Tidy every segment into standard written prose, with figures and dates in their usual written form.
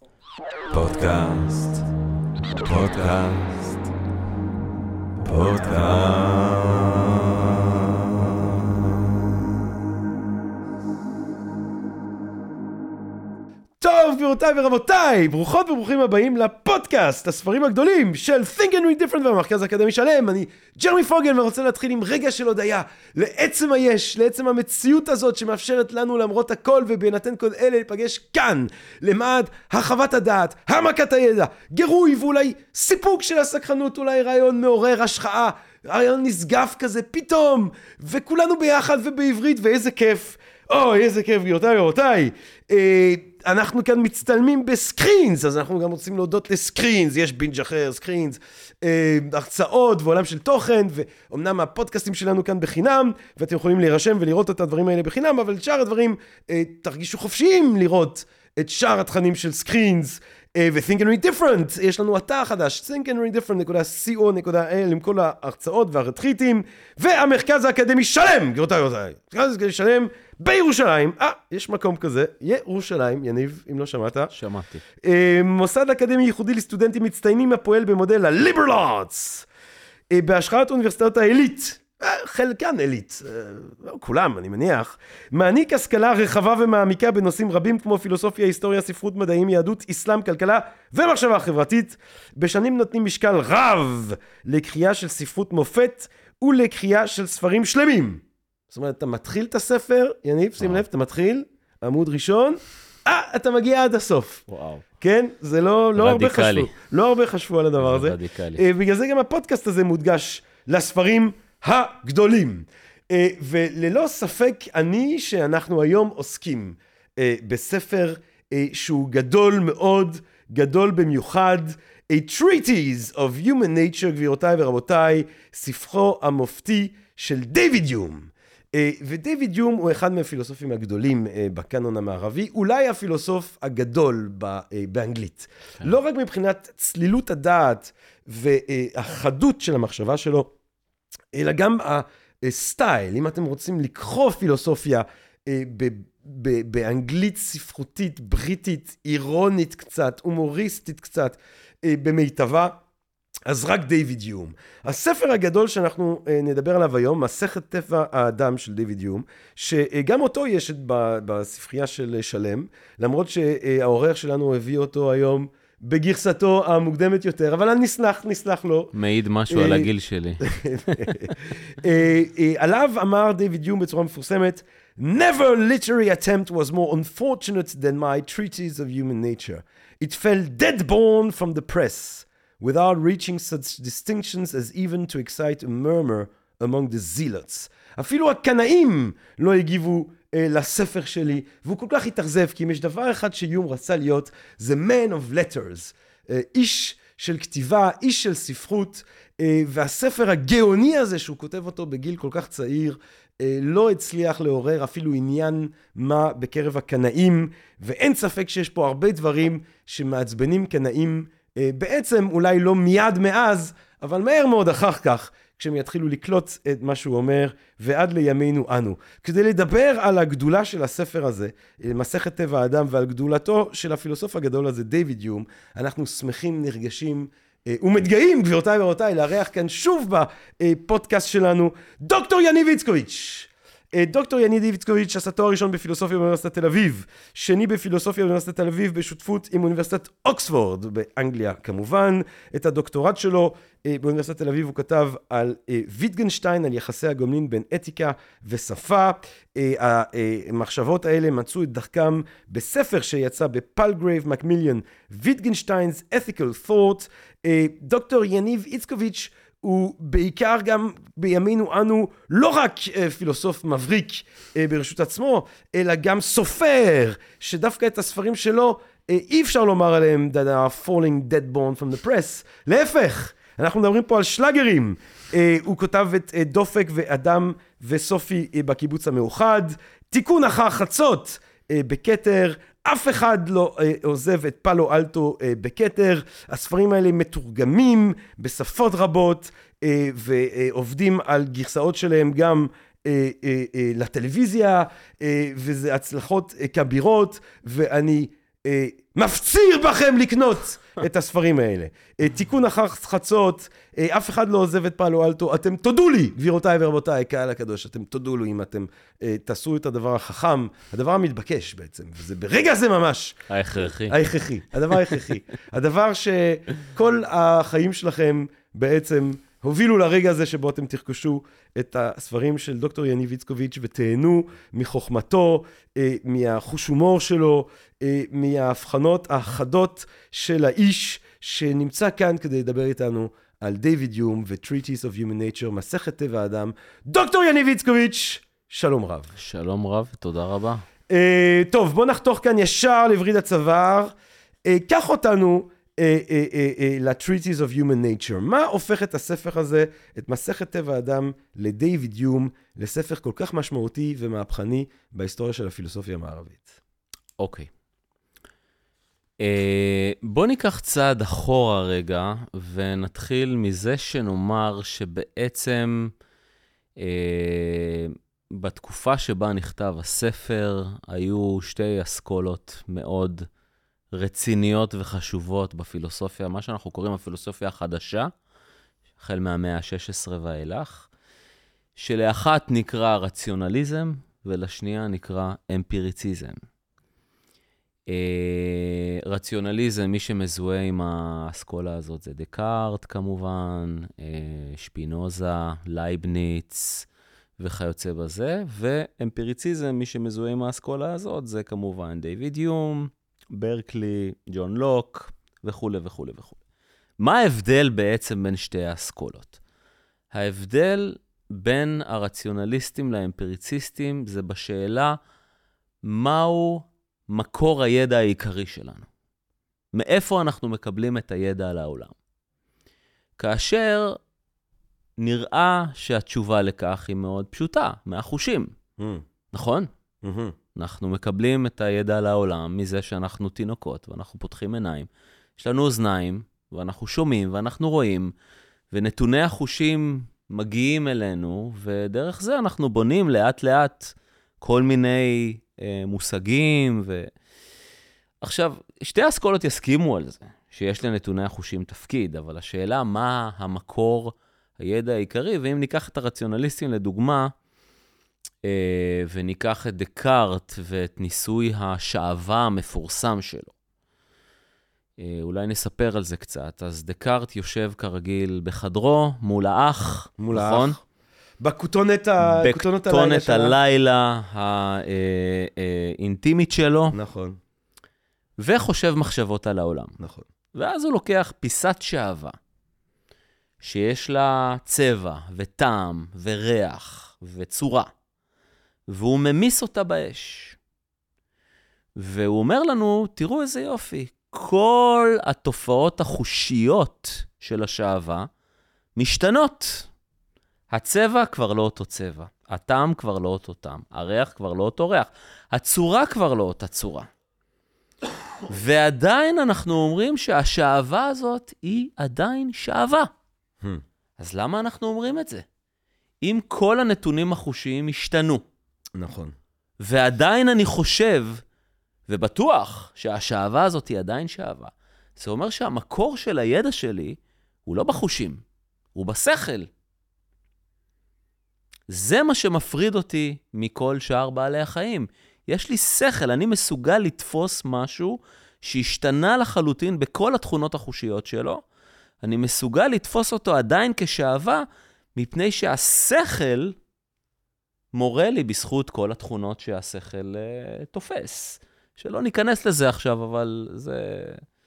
פודקאסט, פודקאסט, פודקאסט. טוב, גבירותיי ורבותיי, ברוכות וברוכים הבאים לפודקאסט, הספרים הגדולים של Think and Read Different והמרכז האקדמי שלם. אני ג'רמי פוגל ורוצה להתחיל עם רגע של הודיה לעצם היש, לעצם המציאות הזאת שמאפשרת לנו למרות הכל ובהינתן כל אלה להיפגש כאן, למען הרחבת הדעת, העמקת הידע, גירוי ואולי סיפוק של הסקרנות, אולי רעיון מעורר השחאה, רעיון נשגף כזה פתאום, וכולנו ביחד ובעברית, ואיזה כיף. אוי, איזה כיף, גבירותיי ורבותיי. אנחנו כאן מצטלמים בסקרינס, אז אנחנו גם רוצים להודות לסקרינס, יש בינג' אחר, סקרינס, הרצאות ועולם של תוכן, ואומנם הפודקאסטים שלנו כאן בחינם, ואתם יכולים להירשם ולראות את הדברים האלה בחינם, אבל את שאר הדברים תרגישו חופשיים לראות את שאר התכנים של סקרינס, ו-Think and Read Different, יש לנו אתר חדש, thinkandreaddifferent.co.il עם כל ההרצאות והרטריטים, והמרכז האקדמי שלם, גבירותיי ורבותיי, המרכז האקדמי שלם בירושלים, יש מקום כזה, ירושלים, יניב, אם לא שמעת. שמעתי. מוסד אקדמי ייחודי לסטודנטים מצטיינים הפועל במודל ה-Liberal Arts, בהשראת אוניברסיטאות העילית, חלקן עילית, כולם אני מניח, מעניק השכלה רחבה ומעמיקה בנושאים רבים כמו פילוסופיה, היסטוריה, ספרות, מדעים, יהדות, אסלאם, כלכלה ומחשבה חברתית. בשנים נותנים משקל רב לקריאה של ספרות מופת ולקריאה של ספרים שלמים. זאת אומרת, אתה מתחיל את הספר, יניב, שים לב, אתה מתחיל, עמוד ראשון, אתה מגיע עד הסוף. וואו. כן? זה לא הרבה חשבו. לא הרבה חשבו על הדבר הזה. רדיקלי. בגלל זה גם הפודקאסט הזה מודגש לספרים הגדולים. וללא ספק שאנחנו היום עוסקים בספר שהוא גדול מאוד, גדול במיוחד, A Treatise of Human Nature, גבירותיי ורבותיי, ספרו המופתי של דיוויד יום. ודיוויד יום הוא אחד מהפילוסופים הגדולים בקאנון המערבי, אולי הפילוסוף הגדול באנגלית. לא רק מבחינת צלילות הדעת והחדות של המחשבה שלו, אלא גם הסטייל, אם אתם רוצים לקרוא פילוסופיה באנגלית ספרותית, בריטית, אירונית קצת, הומוריסטית קצת, במיטבה, אז רק דיוויד יום. הספר הגדול שאנחנו נדבר עליו היום, מסכת טבע האדם של דיוויד יום, שגם אותו יש בספרייה של שלם, למרות שהעורך שלנו הביא אותו היום בגרסתו המוקדמת יותר, אבל אני נסלח לו. מעיד משהו על הגיל שלי. עליו אמר דיוויד יום בצורה מפורסמת, Never literary attempt was more unfortunate than my treatise of human nature. It fell dead born from the press, without reaching such distinctions as even to excite a murmur among the zealots. אפילו הקנאים לא הגיבו לספר שלי, והוא כל כך התאכזב, כי אם יש דבר אחד שיום רצה להיות, זה man of letters, איש של כתיבה, איש של ספרות, והספר הגאוני הזה שהוא כותב אותו בגיל כל כך צעיר, לא הצליח לעורר אפילו עניין מה בקרב הקנאים, ואין ספק שיש פה הרבה דברים שמעצבנים קנאים, בעצם אולי לא מיד מאז, אבל מהר מאוד אחר כך, כשהם יתחילו לקלוט את מה שהוא אומר, ועד לימינו אנו. כדי לדבר על הגדולה של הספר הזה, מסכת טבע האדם, ועל גדולתו של הפילוסוף הגדול הזה, דיוויד יום, אנחנו שמחים, נרגשים, ומתגאים, גבירותיי ורבותיי, לארח כאן שוב בפודקאסט שלנו, דוקטור יניב איצקוביץ'. דוקטור יניב איצקוביץ' עשה תואר ראשון בפילוסופיה באוניברסיטת תל אביב, שני בפילוסופיה באוניברסיטת תל אביב בשותפות עם אוניברסיטת אוקספורד באנגליה כמובן. את הדוקטורט שלו באוניברסיטת תל אביב הוא כתב על ויטגנשטיין, על יחסי הגומלין בין אתיקה ושפה. המחשבות האלה מצאו את דרכם בספר שיצא בפלגרייב מקמיליאן, ויטגנשטיינ's Ethical Thought. דוקטור יניב איצקוביץ' הוא בעיקר גם בימינו אנו לא רק פילוסוף מבריק ברשות עצמו, אלא גם סופר, שדווקא את הספרים שלו אי אפשר לומר עליהם that are falling dead born from the press. להפך, אנחנו מדברים פה על שלגרים. הוא כותב את דופק ואדם וסופי בקיבוץ המאוחד, תיקון אחר חצות בכתר, אף אחד לא עוזב את פאלו אלטו בכתר. הספרים האלה מתורגמים בשפות רבות, ועובדים על גרסאות שלהם גם לטלוויזיה, וזה הצלחות כבירות, ואני מפציר בכם לקנות את הספרים האלה. תיקון אחר חצות, אף אחד לא עוזב את פאלו אלטו, אתם תודו לי, גבירותיי ורבותיי, קהל הקדוש, אתם תודו לו אם אתם תעשו את הדבר החכם, הדבר המתבקש בעצם, וזה ברגע זה ממש. ההכרחי, הדבר ההכרחי. הדבר שכל החיים שלכם בעצם הובילו לרגע הזה שבו אתם תרכשו את הספרים של דוקטור יניב איצקוביץ' ותהנו מחוכמתו, מהחוש הומור שלו, מההבחנות החדות של האיש שנמצא כאן כדי לדבר איתנו על דיוויד יום ו-Treatise of Human Nature, מסכת טבע האדם. דוקטור יניב איצקוביץ', שלום רב. שלום רב, תודה רבה. טוב, בוא נחתוך כאן ישר לווריד הצוואר. קח אותנו ל-Treatise of Human Nature. מה הופך את הספר הזה, את מסכת טבע האדם, לדיוויד יום, לספר כל כך משמעותי ומהפכני בהיסטוריה של הפילוסופיה המערבית? אוקיי. בוא ניקח צעד אחורה רגע, ונתחיל מזה שנאמר שבעצם בתקופה שבה נכתב הספר, היו שתי אסכולות מאוד רציניות וחשובות בפילוסופיה, מה שאנחנו קוראים הפילוסופיה החדשה, החל מהמאה ה-16 ואילך, שלאחת נקרא רציונליזם, ולשנייה נקרא אמפיריציזם. רציונליזם, מי שמזוהה עם האסכולה הזאת זה דקארט כמובן, שפינוזה, לייבניץ וכיוצא בזה, ואמפיריציזם, מי שמזוהה עם האסכולה הזאת זה כמובן דיוויד יום, ברקלי, ג'ון לוק וכו' וכו' וכו'. מה ההבדל בעצם בין שתי האסכולות? ההבדל בין הרציונליסטים לאמפיריציסטים זה בשאלה מהו מקור הידע העיקרי שלנו. מאיפה אנחנו מקבלים את הידע על העולם? כאשר נראה שהתשובה לכך היא מאוד פשוטה, מהחושים. נכון? אנחנו מקבלים את הידע על העולם מזה שאנחנו תינוקות ואנחנו פותחים עיניים. יש לנו אוזניים ואנחנו שומעים ואנחנו רואים, ונתוני החושים מגיעים אלינו, ודרך זה אנחנו בונים לאט לאט כל מיני מושגים. עכשיו, שתי האסכולות יסכימו על זה, שיש לנתוני החושים תפקיד, אבל השאלה מה המקור הידע העיקרי, ואם ניקח את הרציונליסטים לדוגמה, וניקח את דקארט ואת ניסוי השעווה המפורסם שלו. אולי נספר על זה קצת. אז דקארט יושב כרגיל בחדרו, מול האח, נכון? בכותונת הלילה האינטימית שלו. נכון. וחושב מחשבות על העולם. נכון. ואז הוא לוקח פיסת שעווה, שיש לה צבע וטעם וריח וצורה. והוא ממיס אותה באש. והוא אומר לנו, תראו איזה יופי, כל התופעות החושיות של השעווה משתנות. הצבע כבר לא אותו צבע, הטעם כבר לא אותו טעם, הריח כבר לא אותו ריח, הצורה כבר לא אותה צורה. ועדיין אנחנו אומרים שהשעווה הזאת היא עדיין שעווה. אז למה אנחנו אומרים את זה? אם כל הנתונים החושיים השתנו, נכון. ועדיין אני חושב, ובטוח שהשעווה הזאת היא עדיין שעווה, זה אומר שהמקור של הידע שלי הוא לא בחושים, הוא בשכל. זה מה שמפריד אותי מכל שאר בעלי החיים. יש לי שכל, אני מסוגל לתפוס משהו שהשתנה לחלוטין בכל התכונות החושיות שלו. אני מסוגל לתפוס אותו עדיין כשעווה, מפני שהשכל מורה לי בזכות כל התכונות שהשכל תופס. שלא ניכנס לזה עכשיו, אבל זה...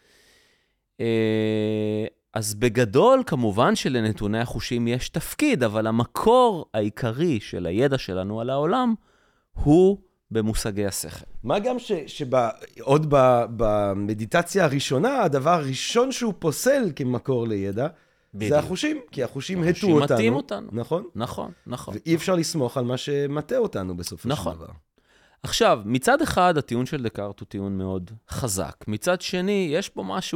אז בגדול, כמובן שלנתוני החושים יש תפקיד, אבל המקור העיקרי של הידע שלנו על העולם הוא במושגי השכל. מה גם שעוד במדיטציה הראשונה, הדבר הראשון שהוא פוסל כמקור לידע, זה החושים, כי החושים הטו אותנו. מתאים אותנו. נכון? נכון, נכון. ואי אפשר לסמוך על מה שמטה אותנו בסופו של דבר. עכשיו, מצד אחד, הטיעון של דקארט הוא טיעון מאוד חזק. מצד שני, יש פה משהו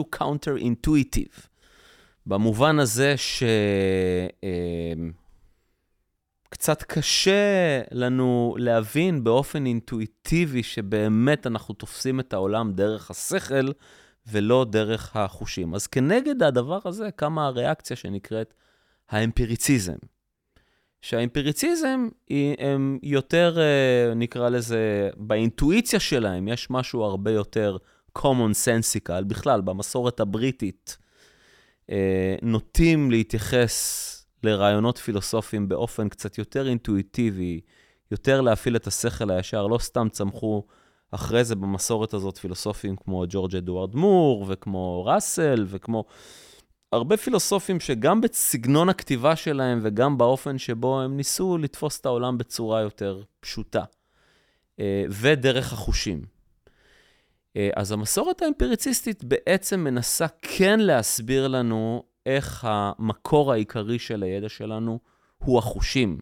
counter-intuitive. במובן הזה קצת קשה לנו להבין באופן אינטואיטיבי שבאמת אנחנו תופסים את העולם דרך השכל ולא דרך החושים. אז כנגד הדבר הזה קמה הריאקציה שנקראת האמפיריציזם. שהאמפיריציזם הם יותר, נקרא לזה, באינטואיציה שלהם יש משהו הרבה יותר common sensical, בכלל במסורת הבריטית, נוטים להתייחס לרעיונות פילוסופיים באופן קצת יותר אינטואיטיבי, יותר להפעיל את השכל הישר, לא סתם צמחו אחרי זה במסורת הזאת פילוסופים כמו ג'ורג' אדוארד מור, וכמו ראסל, וכמו הרבה פילוסופים שגם בסגנון הכתיבה שלהם, וגם באופן שבו הם ניסו לתפוס את העולם בצורה יותר פשוטה, ודרך החושים. אז המסורת האמפיריציסטית בעצם מנסה כן להסביר לנו איך המקור העיקרי של הידע שלנו הוא החושים.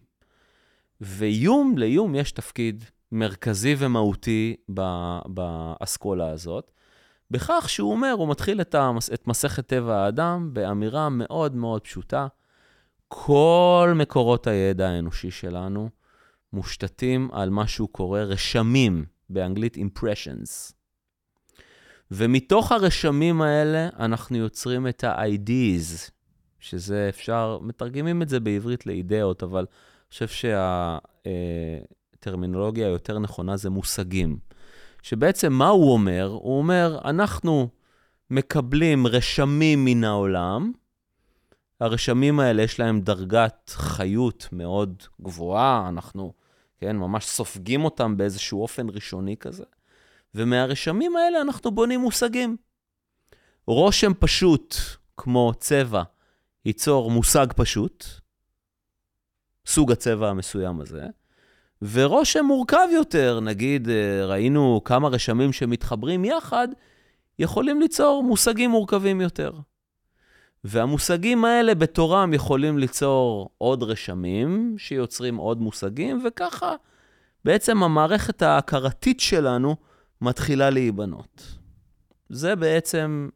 ליום יש תפקיד מרכזי ומהותי באסכולה הזאת, בכך שהוא אומר, הוא מתחיל את מסכת טבע האדם באמירה מאוד מאוד פשוטה, כל מקורות הידע האנושי שלנו מושתתים על מה שהוא קורא רשמים, באנגלית impressions. ומתוך הרשמים האלה אנחנו יוצרים את ה-ideas, שזה אפשר, מתרגמים את זה בעברית לאידאות, אבל אני חושב שהטרמינולוגיה היותר נכונה זה מושגים. שבעצם מה הוא אומר? הוא אומר, אנחנו מקבלים רשמים מן העולם, הרשמים האלה יש להם דרגת חיות מאוד גבוהה, אנחנו ממש סופגים אותם באיזשהו אופן ראשוני כזה, ומהרשמים האלה אנחנו בונים מושגים. רושם פשוט, כמו צבע, ייצור מושג פשוט, סוג הצבע המסוים הזה, ורושם מורכב יותר, נגיד ראינו כמה רשמים שמתחברים יחד, יכולים ליצור מושגים מורכבים יותר. והמושגים האלה בתורם יכולים ליצור עוד רשמים, שיוצרים עוד מושגים, וככה בעצם המערכת ההכרתית שלנו מתחילה להיבנות. זה בעצם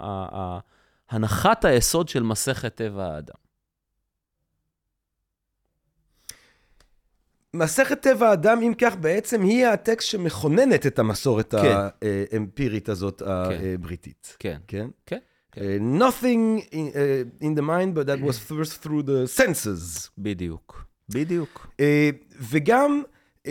הנחת היסוד של מסכת טבע האדם. מסכת טבע האדם, אם כך, בעצם היא הטקסט שמכוננת את המסורת האמפירית הזאת הבריטית. כן. כן? כן. Nothing in the mind, but that was first through the senses. בדיוק. בדיוק. וגם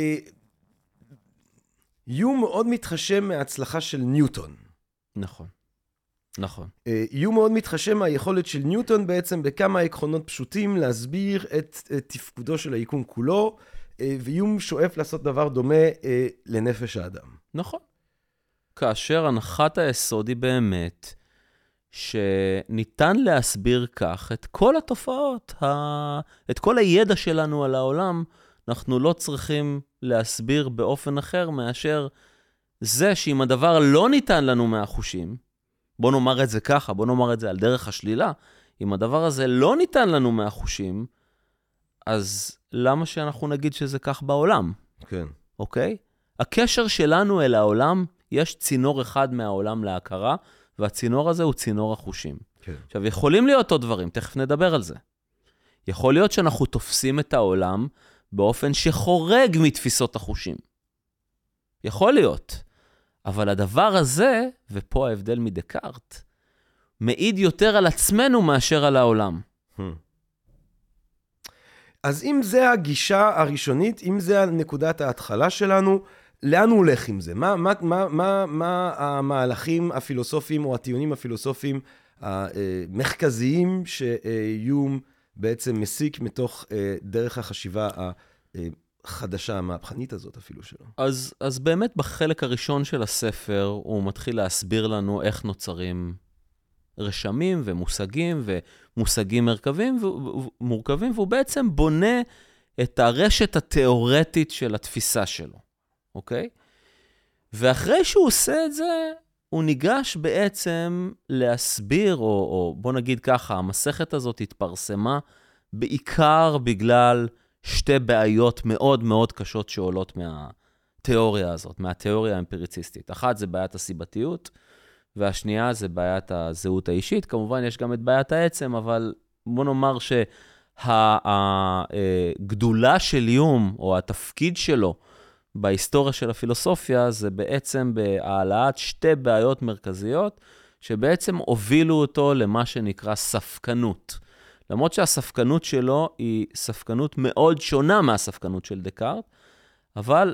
יום מאוד מתחשם מההצלחה של ניוטון. נכון. נכון. יום מאוד מתחשם מהיכולת של ניוטון בעצם בכמה עקרונות פשוטים להסביר את תפקודו של היקום כולו, ויום שואף לעשות דבר דומה לנפש האדם. נכון. כאשר הנחת היסוד היא באמת שניתן להסביר כך את כל התופעות, את כל הידע שלנו על העולם, אנחנו לא צריכים להסביר באופן אחר מאשר זה שאם הדבר לא ניתן לנו מהחושים, בוא נאמר את זה ככה, בוא נאמר את זה על דרך השלילה, אם הדבר הזה לא ניתן לנו מהחושים, אז למה שאנחנו נגיד שזה כך בעולם? כן. אוקיי? הקשר שלנו אל העולם, יש צינור אחד מהעולם להכרה, והצינור הזה הוא צינור החושים. כן. עכשיו, יכולים להיות עוד דברים, תכף נדבר על זה. יכול להיות שאנחנו תופסים את העולם באופן שחורג מתפיסות החושים. יכול להיות. אבל הדבר הזה, ופה ההבדל מדקארט, מעיד יותר על עצמנו מאשר על העולם. אז אם זה הגישה הראשונית, אם זה נקודת ההתחלה שלנו, לאן הוא הולך עם זה? מה המהלכים הפילוסופיים או הטיעונים הפילוסופיים המחקזיים שיום בעצם מסיק מתוך דרך החשיבה החדשה, המהפכנית הזאת אפילו שלו? אז באמת בחלק הראשון של הספר הוא מתחיל להסביר לנו איך נוצרים רשמים ומושגים ומושגים מורכבים, והוא בעצם בונה את הרשת התיאורטית של התפיסה שלו, אוקיי? ואחרי שהוא עושה את זה, הוא ניגש בעצם להסביר, או בוא נגיד ככה, המסכת הזאת התפרסמה בעיקר בגלל שתי בעיות מאוד מאוד קשות שעולות מהתיאוריה הזאת, מהתיאוריה האמפיריציסטית. אחת זה בעיית הסיבתיות, והשנייה זה בעיית הזהות האישית. כמובן יש גם את בעיית העצם, אבל בוא נאמר הגדולה של יום, או התפקיד שלו בהיסטוריה של הפילוסופיה, זה בעצם בהעלאת שתי בעיות מרכזיות, שבעצם הובילו אותו למה שנקרא ספקנות. למרות שהספקנות שלו היא ספקנות מאוד שונה מהספקנות של דקארט, אבל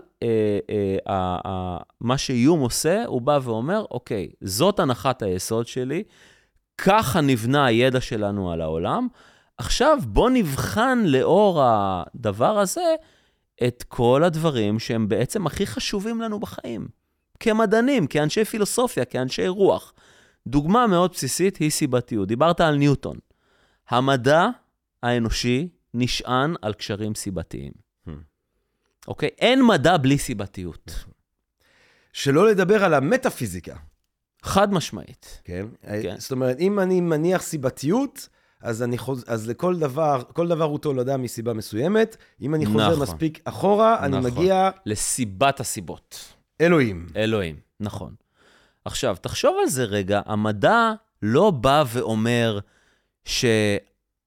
מה שיום עושה, הוא בא ואומר, אוקיי, זאת הנחת היסוד שלי, ככה נבנה הידע שלנו על העולם, עכשיו בוא נבחן לאור הדבר הזה, את כל הדברים שהם בעצם הכי חשובים לנו בחיים. כמדענים, כאנשי פילוסופיה, כאנשי רוח. דוגמה מאוד בסיסית היא סיבתיות. דיברת על ניוטון. המדע האנושי נשען על קשרים סיבתיים. אוקיי? אין מדע בלי סיבתיות. שלא לדבר על המטאפיזיקה. חד משמעית. כן? זאת אומרת, אם אני מניח סיבתיות, אז לכל דבר, כל דבר הוא תולדה מסיבה מסוימת. אם אני חוזר מספיק אחורה, אני מגיע... לסיבת הסיבות. אלוהים. אלוהים, נכון. עכשיו, תחשוב על זה רגע, המדע לא בא ואומר שב'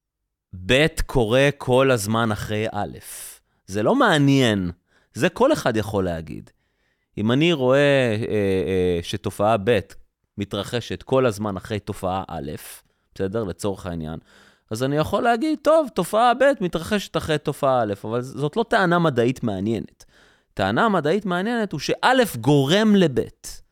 קורה כל הזמן אחרי א'. זה לא מעניין. זה כל אחד יכול להגיד. אם אני רואה שתופעה ב' מתרחשת כל הזמן אחרי תופעה א', בסדר? לצורך העניין. אז אני יכול להגיד, טוב, תופעה ב' מתרחשת אחרי תופעה א', אבל זאת לא טענה מדעית מעניינת. טענה מדעית מעניינת הוא שא' גורם לב'.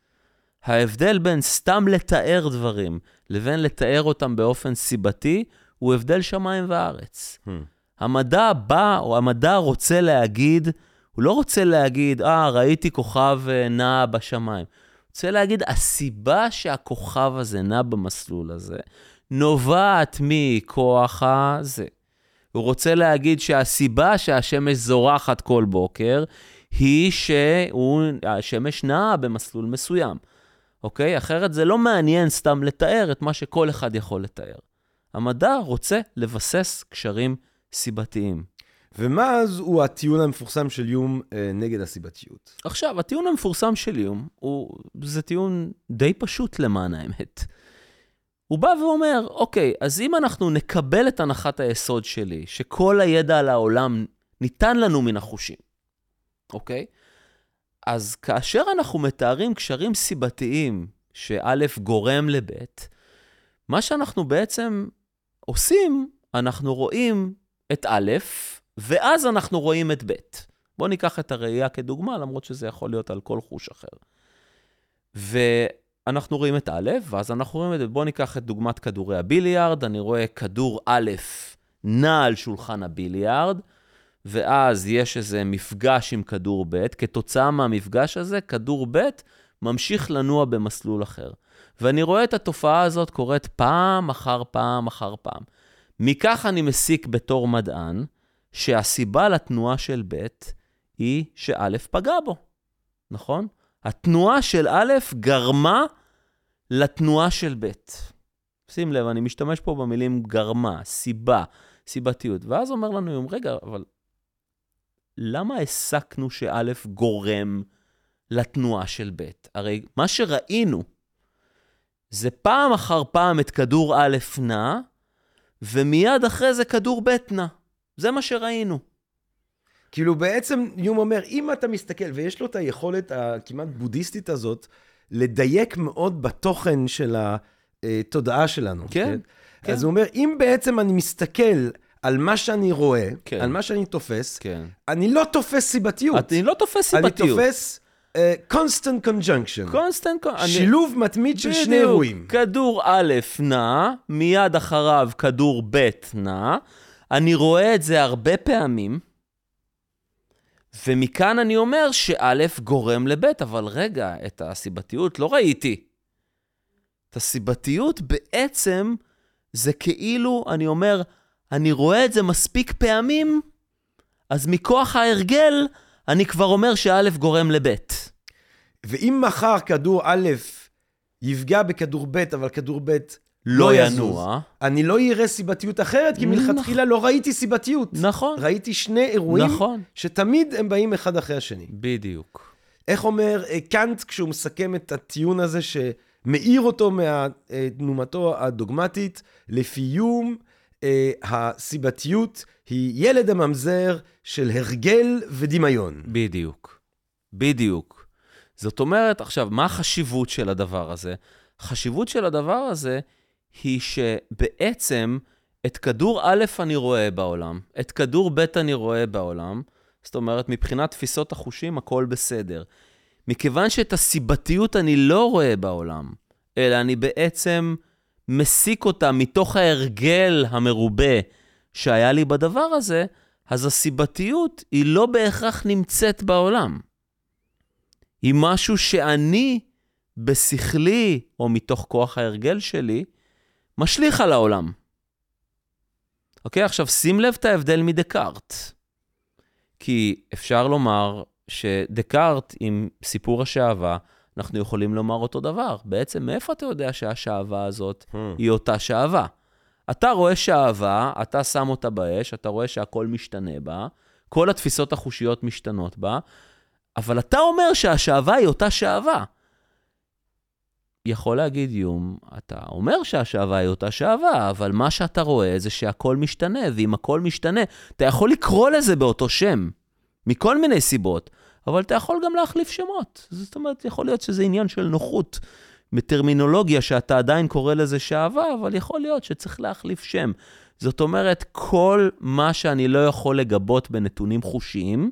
ההבדל בין סתם לתאר דברים, לבין לתאר אותם באופן סיבתי, הוא הבדל שמיים וארץ. המדע בא, או המדע רוצה להגיד, הוא לא רוצה להגיד, ראיתי כוכב נע בשמיים. הוא רוצה להגיד, הסיבה שהכוכב הזה נע במסלול הזה, נובעת מכוח הזה. הוא רוצה להגיד שהסיבה שהשמש זורחת כל בוקר, היא שהשמש נעה במסלול מסוים. אוקיי? אחרת זה לא מעניין סתם לתאר את מה שכל אחד יכול לתאר. המדע רוצה לבסס קשרים סיבתיים. ומה אז הוא הטיעון המפורסם של יום נגד הסיבתיות? עכשיו, הטיעון המפורסם של יום, זה טיעון די פשוט למען האמת. הוא בא ואומר, אוקיי, אז אם אנחנו נקבל את הנחת היסוד שלי, שכל הידע על העולם ניתן לנו מן החושים, אוקיי? אז כאשר אנחנו מתארים קשרים סיבתיים, שא' גורם לב', מה שאנחנו בעצם עושים, אנחנו רואים את א', ואז אנחנו רואים את ב'. בואו ניקח את הראייה כדוגמה, למרות שזה יכול להיות על כל חוש אחר. ואנחנו רואים את א', ואז אנחנו רואים את ב'. בואו ניקח את דוגמת כדורי הביליארד, אני רואה כדור א' נע על שולחן הביליארד, ואז יש איזה מפגש עם כדור ב', כתוצאה מהמפגש הזה, כדור ב' ממשיך לנוע במסלול אחר. ואני רואה את התופעה הזאת קורית פעם אחר פעם אחר פעם. מכך אני מסיק בתור מדען, שהסיבה לתנועה של ב' היא שא' פגע בו. נכון? התנועה של א' גרמה לתנועה של ב'. שים לב, אני משתמש פה במילים גרמה, סיבה, סיבתיות. ואז אומר לנו יום, רגע, אבל למה הסקנו שא' גורם לתנועה של ב'? הרי מה שראינו זה פעם אחר פעם את כדור א' נע, ומיד אחרי זה כדור ב' נע. זה מה שראינו. כאילו בעצם יום אומר, אם אתה מסתכל, ויש לו את היכולת הכמעט בודהיסטית הזאת, לדייק מאוד בתוכן של התודעה שלנו. כן. כן? אז הוא אומר, אם בעצם אני מסתכל על מה שאני רואה, כן. על מה שאני תופס, כן. אני לא תופס סיבתיות. אני לא תופס סיבתיות. אני תופס constant conjunction. constant, שילוב מתמיד של שני אירועים. כדור א' נע, מיד אחריו כדור ב' נע, אני רואה את זה הרבה פעמים, ומכאן אני אומר שא' גורם לב', אבל רגע, את הסיבתיות לא ראיתי. את הסיבתיות בעצם זה כאילו, אני אומר, אני רואה את זה מספיק פעמים, אז מכוח ההרגל, אני כבר אומר שא' גורם לב'. ואם מחר כדור א' יפגע בכדור ב', אבל כדור ב' לא ינוע, אני לא יראה סיבתיות אחרת, כי מלכתחילה לא ראיתי סיבתיות. נכון. ראיתי שני אירועים, נכון. שתמיד הם באים אחד אחרי השני. בדיוק. איך אומר קאנט כשהוא מסכם את הטיעון הזה, שמאיר אותו מתנומתו הדוגמטית, לפי יום, הסיבתיות היא ילד הממזר של הרגל ודמיון. בדיוק. בדיוק. זאת אומרת, עכשיו, מה החשיבות של הדבר הזה? החשיבות של הדבר הזה היא שבעצם את כדור א' אני רואה בעולם, את כדור ב' אני רואה בעולם, זאת אומרת, מבחינת תפיסות החושים, הכל בסדר. מכיוון שאת הסיבתיות אני לא רואה בעולם, אלא אני בעצם מסיק אותה מתוך ההרגל המרובה שהיה לי בדבר הזה, אז הסיבתיות היא לא בהכרח נמצאת בעולם. היא משהו שאני בשכלי, או מתוך כוח ההרגל שלי, משליך על העולם. אוקיי, עכשיו שים לב את ההבדל מדקארט. כי אפשר לומר שדקארט עם סיפור השעווה, אנחנו יכולים לומר אותו דבר. בעצם מאיפה אתה יודע שהשעווה הזאת היא אותה שעווה? אתה רואה שעווה, אתה שם אותה באש, אתה רואה שהכל משתנה בה, כל התפיסות החושיות משתנות בה, אבל אתה אומר שהשעווה היא אותה שעווה. יכול להגיד יום, אתה אומר שהשעווה היא אותה שעווה, אבל מה שאתה רואה זה שהכל משתנה, ואם הכל משתנה, אתה יכול לקרוא לזה באותו שם, מכל מיני סיבות, אבל אתה יכול גם להחליף שמות. זאת אומרת, יכול להיות שזה עניין של נוחות, מטרמינולוגיה שאתה עדיין קורא לזה שעווה, אבל יכול להיות שצריך להחליף שם. זאת אומרת, כל מה שאני לא יכול לגבות בנתונים חושיים,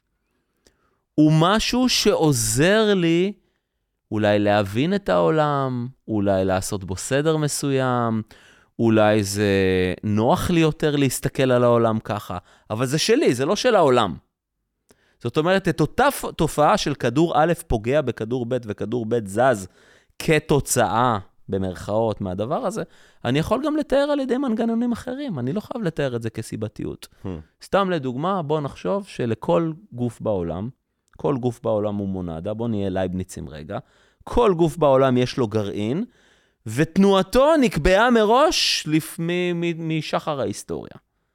הוא משהו שעוזר לי אולי להבין את העולם, אולי לעשות בו סדר מסוים, אולי זה נוח לי יותר להסתכל על העולם ככה, אבל זה שלי, זה לא של העולם. זאת אומרת, את אותה תופעה של כדור א' פוגע בכדור ב' וכדור ב' זז כתוצאה, במרכאות, מהדבר הזה, אני יכול גם לתאר על ידי מנגנונים אחרים, אני לא חייב לתאר את זה כסיבתיות. סתם לדוגמה, בוא נחשוב שלכל גוף בעולם, כל גוף בעולם הוא מונדה, בוא נהיה לייבניצים רגע, כל גוף בעולם יש לו גרעין, ותנועתו נקבעה מראש משחר ההיסטוריה.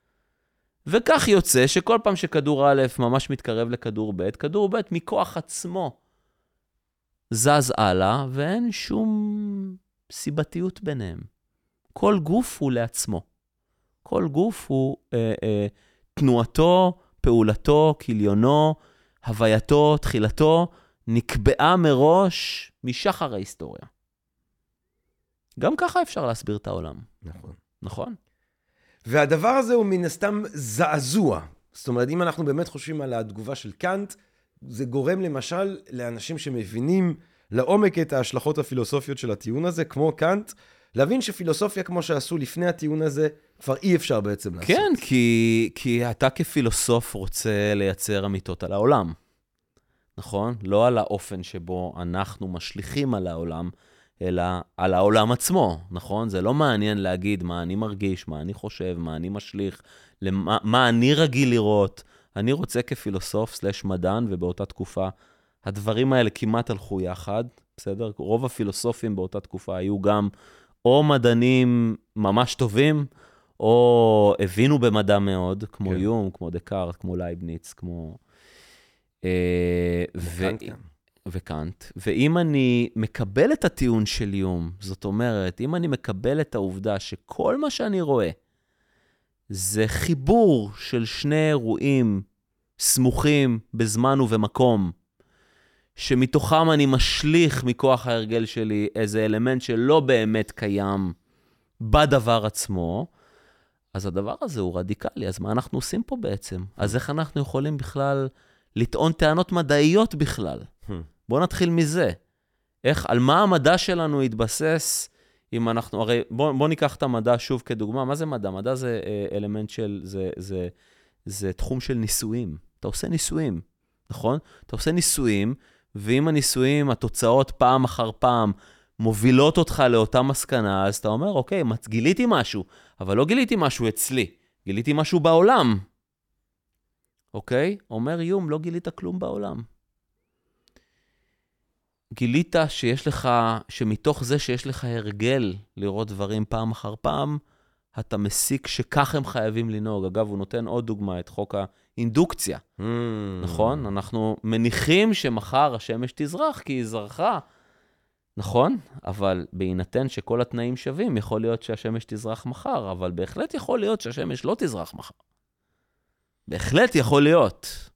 וכך יוצא שכל פעם שכדור א' ממש מתקרב לכדור ב', כדור ב' מכוח עצמו זז הלאה, ואין שום סיבתיות ביניהם. כל גוף הוא לעצמו. כל גוף הוא תנועתו, פעולתו, כליונו, הווייתו, תחילתו, נקבעה מראש משחר ההיסטוריה. גם ככה אפשר להסביר את העולם. נכון. נכון? והדבר הזה הוא מן הסתם זעזוע. זאת אומרת, אם אנחנו באמת חושבים על התגובה של קאנט, זה גורם למשל לאנשים שמבינים לעומק את ההשלכות הפילוסופיות של הטיעון הזה, כמו קאנט, להבין שפילוסופיה כמו שעשו לפני הטיעון הזה, כבר אי אפשר בעצם לעשות. כן, כי אתה כפילוסוף רוצה לייצר אמיתות על העולם. נכון? לא על האופן שבו אנחנו משליכים על העולם, אלא על העולם עצמו, נכון? זה לא מעניין להגיד מה אני מרגיש, מה אני חושב, מה אני משליך, מה אני רגיל לראות. אני רוצה כפילוסוף סלש מדען, ובאותה תקופה הדברים האלה כמעט הלכו יחד, בסדר? רוב הפילוסופים באותה תקופה היו גם או מדענים ממש טובים, או הבינו במדע מאוד, כמו יום, כמו דקארט, כמו לייבניץ, כמו... וקאנט. ואם אני מקבל את הטיעון של יום, זאת אומרת, אם אני מקבל את העובדה שכל מה שאני רואה, זה חיבור של שני אירועים סמוכים בזמן ובמקום, שמתוכם אני משליך מכוח ההרגל שלי איזה אלמנט שלא באמת קיים בדבר עצמו, אז הדבר הזה הוא רדיקלי. אז מה אנחנו עושים פה בעצם? אז איך אנחנו יכולים בכלל לטעון טענות מדעיות בכלל? בוא נתחיל מזה. על מה המדע שלנו יתבסס אם אנחנו, הרי בוא ניקח את המדע שוב כדוגמה. מה זה מדע? מדע זה אלמנט של, זה תחום של ניסויים. אתה עושה ניסויים, נכון? אתה עושה ניסויים, ואם הניסויים, התוצאות פעם אחר פעם מובילות אותך לאותה מסקנה, אז אתה אומר, אוקיי, גיליתי משהו, אבל לא גיליתי משהו אצלי, גיליתי משהו בעולם. אוקיי? אומר יום, לא גילית כלום בעולם. גילית שיש לך, שמתוך זה שיש לך הרגל לראות דברים פעם אחר פעם, אתה מסיק שכך הם חייבים לנהוג. אגב, הוא נותן עוד דוגמה, את חוק האינדוקציה. נכון? אנחנו מניחים שמחר השמש תזרח, כי היא זרחה. נכון, אבל בהינתן שכל התנאים שווים, יכול להיות שהשמש תזרח מחר, אבל בהחלט יכול להיות שהשמש לא תזרח מחר. בהחלט יכול להיות.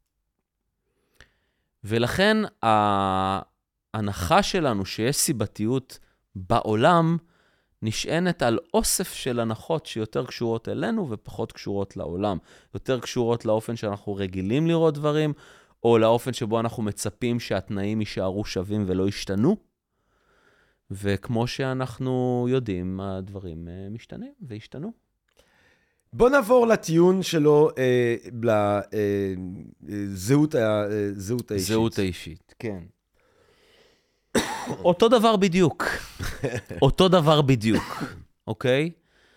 ולכן ההנחה שלנו שיש סיבתיות בעולם, נשענת על אוסף של הנחות שיותר קשורות אלינו ופחות קשורות לעולם. יותר קשורות לאופן שאנחנו רגילים לראות דברים, או לאופן שבו אנחנו מצפים שהתנאים יישארו שווים ולא ישתנו. וכמו שאנחנו יודעים, הדברים משתנים וישתנו. בוא נעבור לטיעון שלו, לזהות האישית. זהות האישית, כן. אותו דבר בדיוק. אותו דבר בדיוק, אוקיי?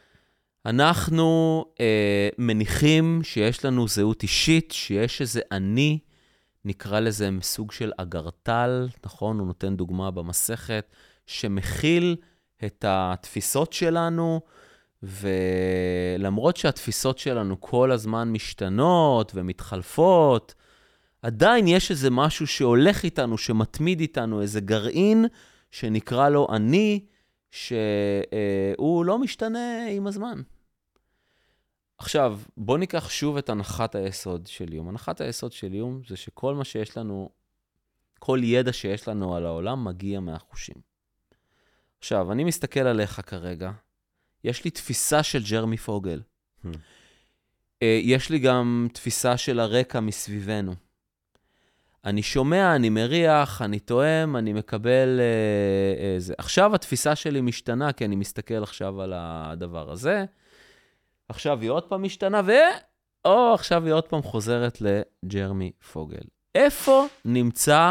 אנחנו מניחים שיש לנו זהות אישית, שיש איזה אני, נקרא לזה סוג של אגרטל, נכון? הוא נותן דוגמה במסכת, שמכיל את התפיסות שלנו, ולמרות שהתפיסות שלנו כל הזמן משתנות ומתחלפות, עדיין יש איזה משהו שהולך איתנו, שמתמיד איתנו, איזה גרעין שנקרא לו אני, שהוא לא משתנה עם הזמן. עכשיו, בוא ניקח שוב את הנחת היסוד של יום. הנחת היסוד של יום זה שכל מה שיש לנו, כל ידע שיש לנו על העולם מגיע מהחושים. עכשיו, אני מסתכל עליך כרגע, יש לי תפיסה של ג'רמי פוגל. יש לי גם תפיסה של הרקע מסביבנו. אני שומע, אני מריח, אני טועם, אני מקבל זה. עכשיו התפיסה שלי משתנה, כי אני מסתכל עכשיו על הדבר הזה. עכשיו היא עוד פעם משתנה, עכשיו היא עוד פעם חוזרת לג'רמי פוגל. איפה נמצא...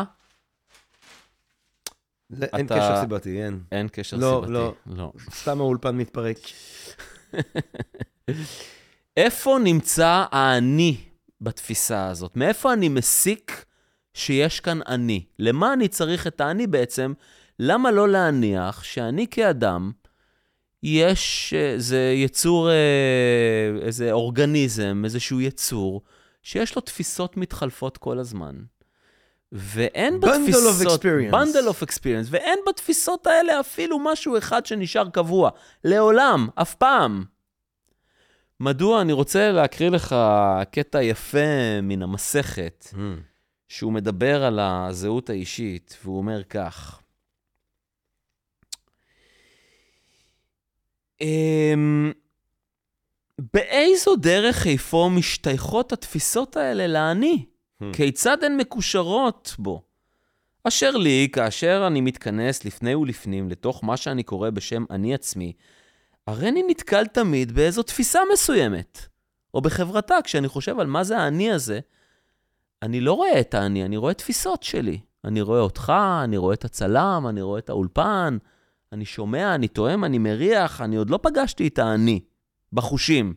אין קשר סיבתי, אין. אין קשר סיבתי. לא. סתם האולפן מתפרק. איפה נמצא האני בתפיסה הזאת? מאיפה אני מסיק שיש כאן אני? למה אני צריך את האני בעצם? למה לא להניח שאני כאדם, יש איזה יצור, איזה אורגניזם, איזשהו יצור, שיש לו תפיסות מתחלפות כל הזמן. ואין בתפיסות, bundle of experience, ואין בתפיסות האלה אפילו משהו אחד שנשאר קבוע, לעולם, אף פעם. מדוע? אני רוצה להקריא לך קטע יפה מן המסכת, שהוא מדבר על הזהות האישית, והוא אומר כך. באיזו דרך איפה משתייכות התפיסות האלה לאני? כיצד הן מקושרות בו? אשר לי, כאשר אני מתכנס לפני ולפנים לתוך מה שאני קורא בשם אני עצמי, הרי אני נתקל תמיד באיזו תפיסה מסוימת. או בחברתה, כשאני חושב על מה זה האני הזה, אני לא רואה את האני, אני רואה תפיסות שלי. אני רואה אותך, אני רואה את הצלם, אני רואה את האולפן, אני שומע, אני טועם, אני מריח, אני עוד לא פגשתי את האני, בחושים.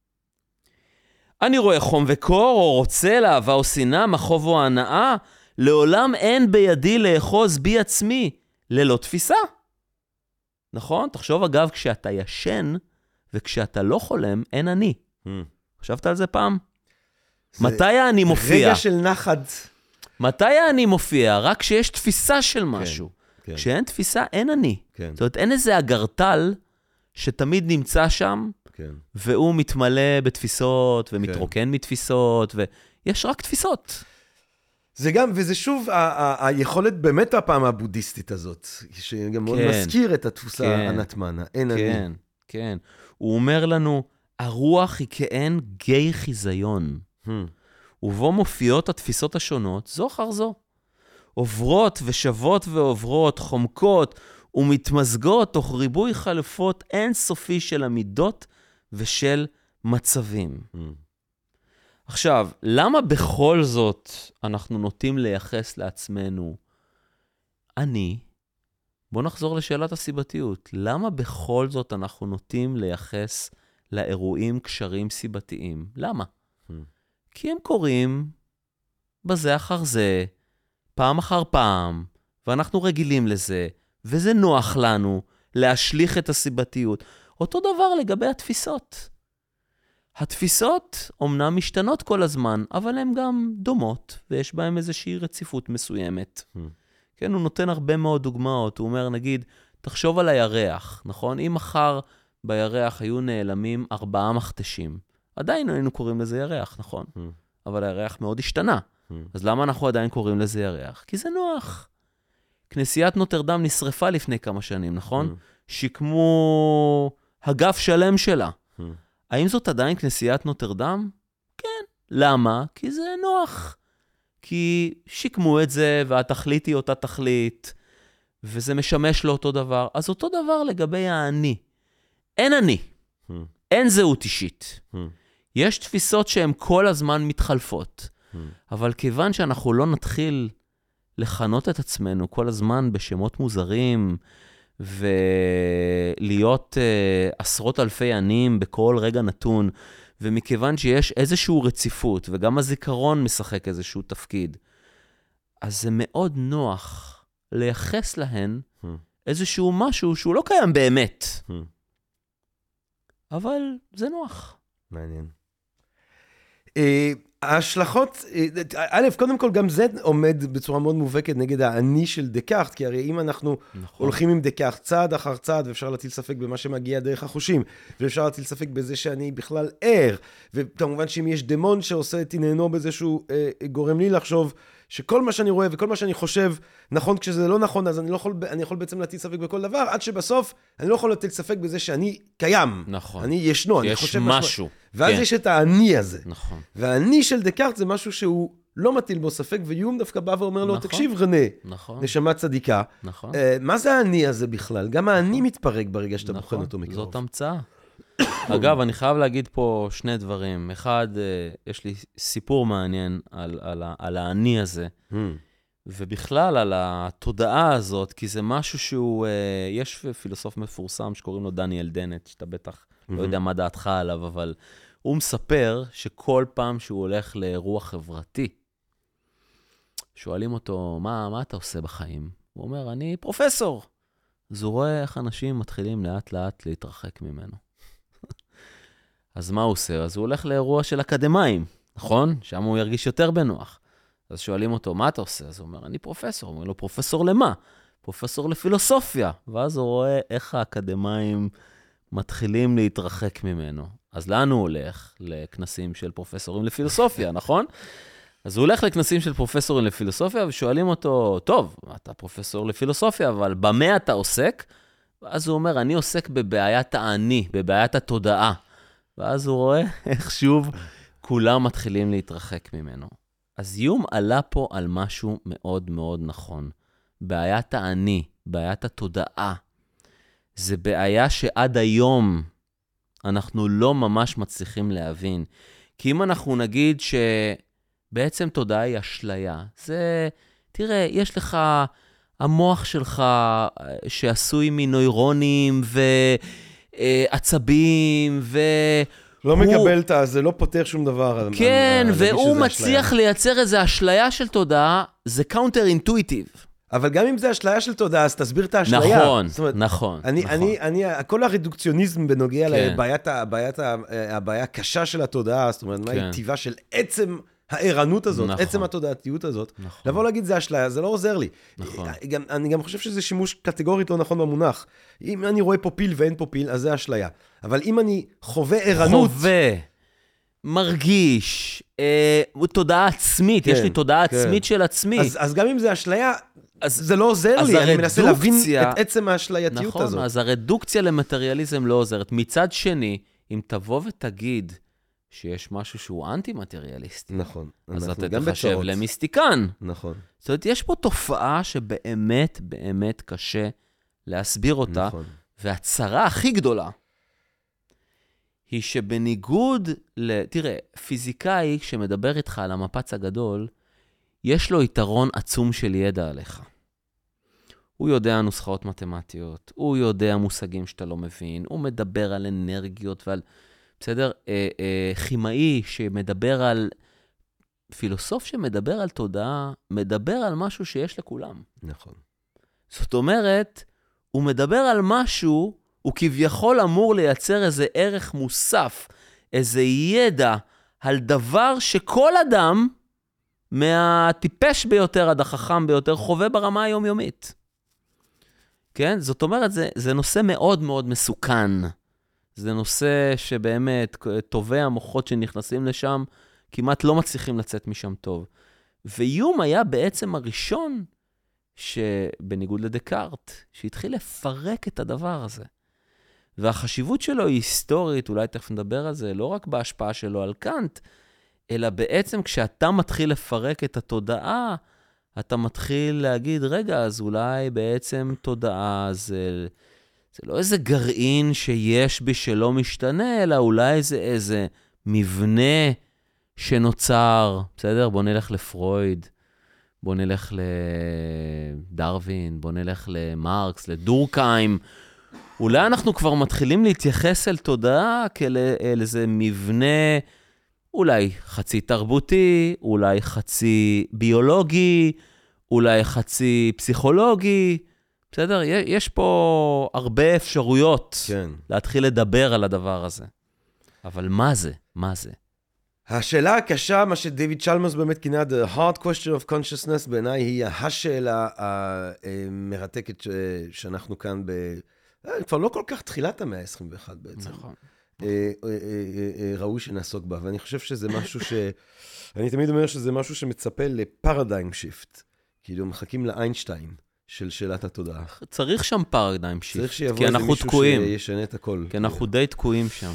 אני רואה חום וקור, או רוצה לאהבה או שנאה, מחוב או הנאה, לעולם אין בידי לאחוז בי עצמי, ללא תפיסה. נכון? תחשוב אגב, כשאתה ישן, וכשאתה לא חולם, אין אני. חשבת על זה פעם? מתי אני מופיע? רגע של נחד. מתי אני מופיע? רק כשיש תפיסה של משהו. כן. כשאין תפיסה, אין אני. כן. זאת אומרת, אין איזה אגרטל שתמיד נמצא שם, כן. והוא מתמלא בתפיסות, ומתרוקן מתפיסות, ויש רק תפיסות. זה גם, וזה שוב היכולת באמת הפעם הבודהיסטית הזאת, שגם מאוד מזכיר את התפוסה הנטמנה, אין אני. כן, כן. הוא אומר לנו, הרוח היא כאין גיא חיזיון, ובו מופיעות התפיסות השונות, זו אחר זו. עוברות ושבות ועוברות, חומקות ומתמזגות תוך ריבוי חלפות אינסופי של עמידות ושל מצבים. עכשיו, למה בכל זאת אנחנו נוטים לייחס לעצמנו אני? בוא נחזור לשאלת הסיבתיות. למה בכל זאת אנחנו נוטים לייחס לאירועים קשרים סיבתיים? למה? כי הם קורים בזה אחר זה, פעם אחר פעם, ואנחנו רגילים לזה, וזה נוח לנו להשליך את הסיבתיות. אותו דבר לגבי התפיסות. התפיסות אומנם משתנות כל הזמן, אבל הן גם דומות, ויש בהן איזושהי רציפות מסוימת. כן, הוא נותן הרבה מאוד דוגמאות. הוא אומר, נגיד, תחשוב על הירח, נכון? אם מחר בירח היו נעלמים 4 מכתשים, עדיין היינו קוראים לזה ירח, נכון? אבל הירח מאוד השתנה. אז למה אנחנו עדיין קוראים לזה ירח? כי זה נוח. כנסיית נוטרדם נשרפה לפני כמה שנים, נכון? שיקמו הגף שלם שלה. האם זאת עדיין כנסיית נוטרדם? כן. למה? כי זה נוח. כי שיקמו את זה, והתכלית היא אותה תכלית, וזה משמש לאותו דבר. אז אותו דבר לגבי האני. אין אני. אין זהות אישית. יש תפיסות שהן כל הזמן מתחלפות. אבל כיוון שאנחנו לא נתחיל לכנות את עצמנו כל הזמן בשמות מוזרים, ולהיות עשרות אלפי ענים בכל רגע נתון, ומכיוון שיש איזשהו רציפות, וגם הזיכרון משחק איזשהו תפקיד, אז זה מאוד נוח לייחס להן איזשהו משהו שהוא לא קיים באמת. אבל זה נוח. מעניין. ההשלכות, א', קודם כל גם זה עומד בצורה מאוד מובהקת נגד האני של דקארט, כי הרי אם אנחנו הולכים עם דקארט צעד אחר צעד, ואפשר להטיל ספק במה שמגיע דרך החושים, ואפשר להטיל ספק בזה שאני בכלל ער, וכמובן שאם יש דמון שעושה את עניינו בזה שהוא גורם לי לחשוב שכל מה שאני רואה וכל מה שאני חושב נכון כשזה לא נכון, אז אני יכול בעצם להטיל ספק בכל דבר, עד שבסוף אני לא יכול להטיל ספק בזה שאני קיים. נכון. אני ישנו, אני חושב משהו. ואז כן. יש את האני הזה. נכון. והאני של דקארט זה משהו שהוא לא מטיל בו ספק, ויום דווקא בא ואומר לו, נכון. תקשיב רנה, נכון. נשמה צדיקה. נכון. מה זה האני הזה בכלל? גם האני מתפרק ברגע שאתה בוחן אותו מקרוב. זאת המצאה. אגב, אני חייב להגיד פה 2 דברים. אחד, יש לי סיפור מעניין על האני הזה, ובכלל על התודעה הזאת, כי זה משהו שהוא, יש פילוסוף מפורסם שקוראים לו דניאל דנט, שאתה בטח לא יודע מה דעתך עליו, אבל הוא מספר שכל פעם שהוא הולך לאירוע חברתי, שואלים אותו, מה אתה עושה בחיים? הוא אומר, אני פרופסור. אז הוא רואה איך אנשים מתחילים לאט לאט להתרחק ממנו. אז מה הוא עושה? אז הוא הולך לאירוע של אקדמיים, נכון? שם הוא ירגיש יותר בנוח. אז שואלים אותו, מה אתה עושה? אז הוא אומר, אני פרופסור. הוא אומר לו, פרופסור למה? פרופסור לפילוסופיה. ואז הוא רואה איך האקדמיים מתחילים להתרחק ממנו. אז לאן הוא הולך? לכנסים של פרופסורים לפילוסופיה, נכון? אז הוא הולך לכנסים של פרופסורים לפילוסופיה, ושואלים אותו, טוב, אתה פרופסור לפילוסופיה, אבל במה אתה עוסק? ואז הוא אומר, אני עוסק בבעיית האני, בבעיית התודעה. ואז הוא רואה איך שוב כולם מתחילים להתרחק ממנו. אז יום עלה פה על משהו מאוד מאוד נכון. בעיית האני, בעיית התודעה. זה בעיה שעד היום אנחנו לא ממש מצליחים להבין. כי אם אנחנו נגיד שבעצם תודעה היא אשליה, זה, תראה, יש לך המוח שלך שעשוי מנוירונים ועצבים לא מקבל את זה, לא פותר שום דבר. כן, והוא מצליח לייצר איזו אשליה של תודעה, זה קאונטר אינטואיטיב. אבל גם אם זה אשליה של תודעה, אז תסביר את האשליה. נכון, נכון. כל הרדוקציוניזם בנוגע לבעיה הקשה של התודעה, זאת אומרת, מה היא טבעה של עצם הערנות הזאת, עצם התודעתיות הזאת, לבוא להגיד זה אשליה, זה לא עוזר לי. אני גם חושב שזה שימוש קטגורית לא נכון במונח. אם אני רואה פה פיל ואין פה פיל, אז זה אשליה. אבל אם אני חווה ערנות... מרגיש, תודעה עצמית, יש לי תודעה עצמית של עצמי. אז גם אם זה אשליה, זה לא עוזר לי, אני מנסה להבין את עצם האשלייתיות הזאת. נכון, אז הרדוקציה למטריאליזם לא עוזרת. מצד שני, אם תבוא ותגיד שיש משהו שהוא אנטי-מטריאליסטי, נכון. אז אתה תחשב למיסטיקן. נכון. זאת אומרת, יש פה תופעה שבאמת, באמת קשה להסביר אותה, והצרה הכי גדולה, היא שבניגוד תראה, פיזיקאי שמדבר איתך על המפץ הגדול, יש לו יתרון עצום של ידע עליך. הוא יודע נוסחאות מתמטיות, הוא יודע מושגים שאתה לא מבין, הוא מדבר על אנרגיות ועל, בסדר, כימאי שמדבר על, פילוסוף שמדבר על תודעה, מדבר על משהו שיש לכולם. נכון. זאת אומרת, הוא מדבר על משהו, הוא כביכול אמור לייצר איזה ערך מוסף, איזה ידע על דבר שכל אדם מהטיפש ביותר עד החכם ביותר, חווה ברמה היומיומית. כן? זאת אומרת, זה נושא מאוד מאוד מסוכן. זה נושא שבאמת, טובי המוחות שנכנסים לשם, כמעט לא מצליחים לצאת משם טוב. ויום היה בעצם הראשון, שבניגוד לדקארט, שהתחיל לפרק את הדבר הזה. והחשיבות שלו היא היסטורית, אולי תכף נדבר על זה, לא רק בהשפעה שלו על קאנט, אלא בעצם כשאתה מתחיל לפרק את התודעה, אתה מתחיל להגיד, רגע, אז אולי בעצם תודעה זה לא איזה גרעין שיש בי שלא משתנה, אלא אולי זה איזה מבנה שנוצר, בסדר? בוא נלך לפרויד, בוא נלך לדרווין, בוא נלך למרקס, לדורקהיים. אולי אנחנו כבר מתחילים להתייחס אל תודעה כאל איזה מבנה, אולי חצי תרבותי, אולי חצי ביולוגי, אולי חצי פסיכולוגי. בסדר? יש פה הרבה אפשרויות להתחיל לדבר על הדבר הזה. אבל מה זה? מה זה? השאלה הקשה, מה שדייוויד צ'למרס באמת כינה the hard question of consciousness, בעיניי היא השאלה המרתקת שאנחנו כאן כבר לא כל כך תחילת המאה ה-21 בעצם. נכון. ראוי שנעסוק בה, ואני חושב שזה משהו אני תמיד אומר שזה משהו שמצפה לפרדיים שיפט, כאילו מחכים לאיינשטיין של שאלת התודעה. צריך שם פרדיים שיפט, צריך שיבוא איזה מישהו שישנה את הכל. כי אנחנו די תקועים שם.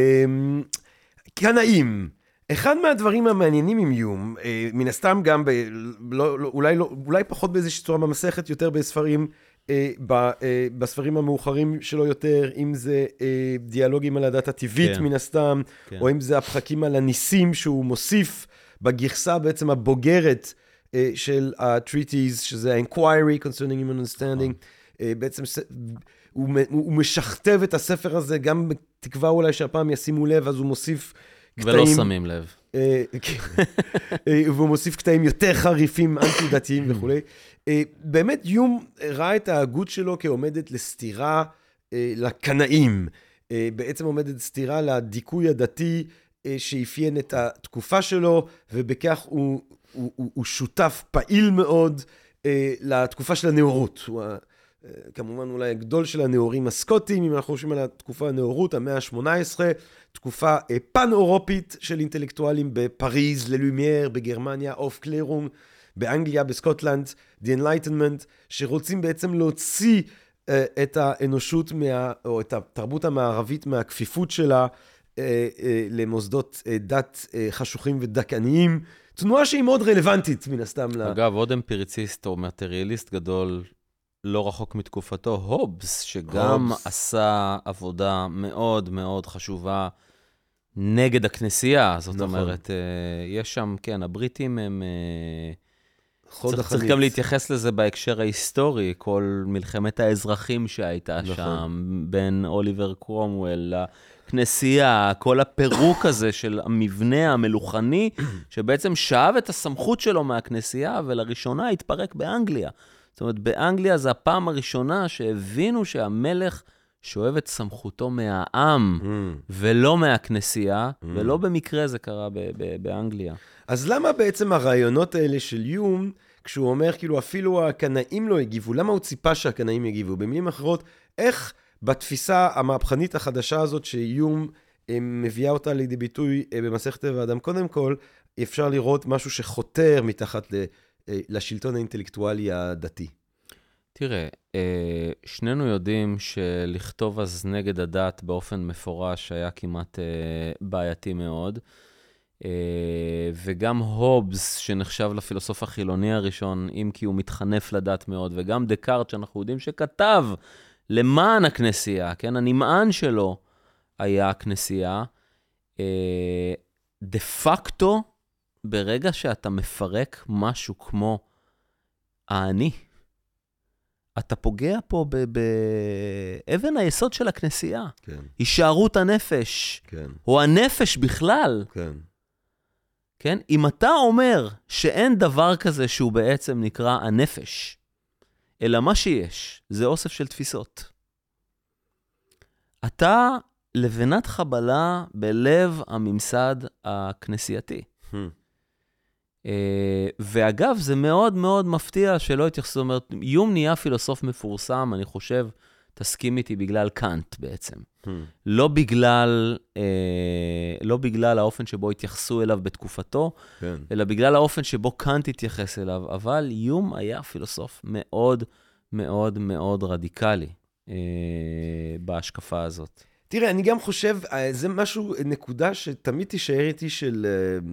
קנאים. אחד מהדברים המעניינים עם יום, מן הסתם גם, אולי פחות באיזושהי צורה במסכת, יותר בספרים, בספרים המאוחרים שלו יותר, אם זה דיאלוגים על הדת הטבעית מן הסתם, או אם זה הפחקים על הניסים שהוא מוסיף בגרסה בעצם הבוגרת של ה-treatise, שזה ה-inquiry concerning human understanding, בעצם הוא משכתב את הספר הזה, גם בתקווה אולי שהפעם ישימו לב, אז הוא מוסיף קטעים... ולא שמים לב. והוא מוסיף קטעים יותר חריפים, אנטי-דתיים וכו'. באמת יום ראה את ההגות שלו כעומדת לסתירה לקנאים. בעצם עומדת סתירה לדיכוי הדתי שאפיין את התקופה שלו, ובכך הוא שותף פעיל מאוד לתקופה של הנאורות. הוא כמובן אולי הגדול של הנאורים הסקוטים, אם אנחנו חושבים על התקופה הנאורות, המאה ה-18, תקופה פן-אירופית של אינטלקטואלים בפריז, ללומייר, בגרמניה, אוף קלרום, באנגליה, בסקוטלנד, The Enlightenment, שרוצים בעצם להוציא את האנושות או את התרבות המערבית מהכפיפות שלה למוסדות דת חשוכים ודכאניים. תנועה שהיא מאוד רלוונטית מן הסתם. אגב, עוד אמפיריציסט או מטריאליסט גדול, לא רחוק מתקופתו, הובס, שגם עשה עבודה מאוד מאוד חשובה נגד הכנסייה. זאת אומרת, יש שם, כן, הבריטים הם... צריך גם להתייחס לזה בהקשר ההיסטורי, כל מלחמת האזרחים שהייתה שם, בין אוליבר קרומוול לכנסייה, כל הפירוק הזה של המבנה המלוכני, שבעצם שאב את הסמכות שלו מהכנסייה, ולראשונה התפרק באנגליה. זאת אומרת, באנגליה זה הפעם הראשונה שהבינו שהמלך שואב את סמכותו מהעם, ולא מהכנסייה, ולא במקרה זה קרה באנגליה. אז למה בעצם הרעיונות האלה של יום, כשהוא אומר כאילו אפילו הקנאים לא הגיבו, למה הוא ציפה שהקנאים יגיבו? במילים אחרות, איך בתפיסה המהפכנית החדשה הזאת שיום מביאה אותה לידי ביטוי במסכת טבע האדם, קודם כל, אפשר לראות משהו שחותר מתחת לשלטון האינטלקטואלי הדתי. תראה, שנינו יודעים שלכתוב אז נגד הדת באופן מפורש היה כמעט בעייתי מאוד, וגם הובס, שנחשב לפילוסוף החילוני הראשון, אם כי הוא מתחנף לדת מאוד, וגם דקארט, שאנחנו יודעים שכתב למען הכנסייה, כן? הנמען שלו היה הכנסייה, דה פקטו, ברגע שאתה מפרק משהו כמו האני, אתה פוגע פה באבן היסוד של הכנסייה. כן. הישארות הנפש. כן. או הנפש בכלל. כן. כן? אם אתה אומר שאין דבר כזה שהוא בעצם נקרא הנפש, אלא מה שיש, זה אוסף של תפיסות. אתה לבנת חבלה בלב הממסד הכנסייתי. ואגב, זה מאוד מאוד מפתיע שלא התייחסו, זאת אומרת, יום נהיה פילוסוף מפורסם, אני חושב, תסכים איתי בגלל קאנט בעצם. לא בגלל האופן שבו התייחסו אליו בתקופתו, אלא בגלל האופן שבו קאנט התייחס אליו, אבל יום היה פילוסוף מאוד מאוד מאוד רדיקלי בהשקפה הזאת. תראה, אני גם חושב, זה משהו, נקודה שתמיד תישאר איתי של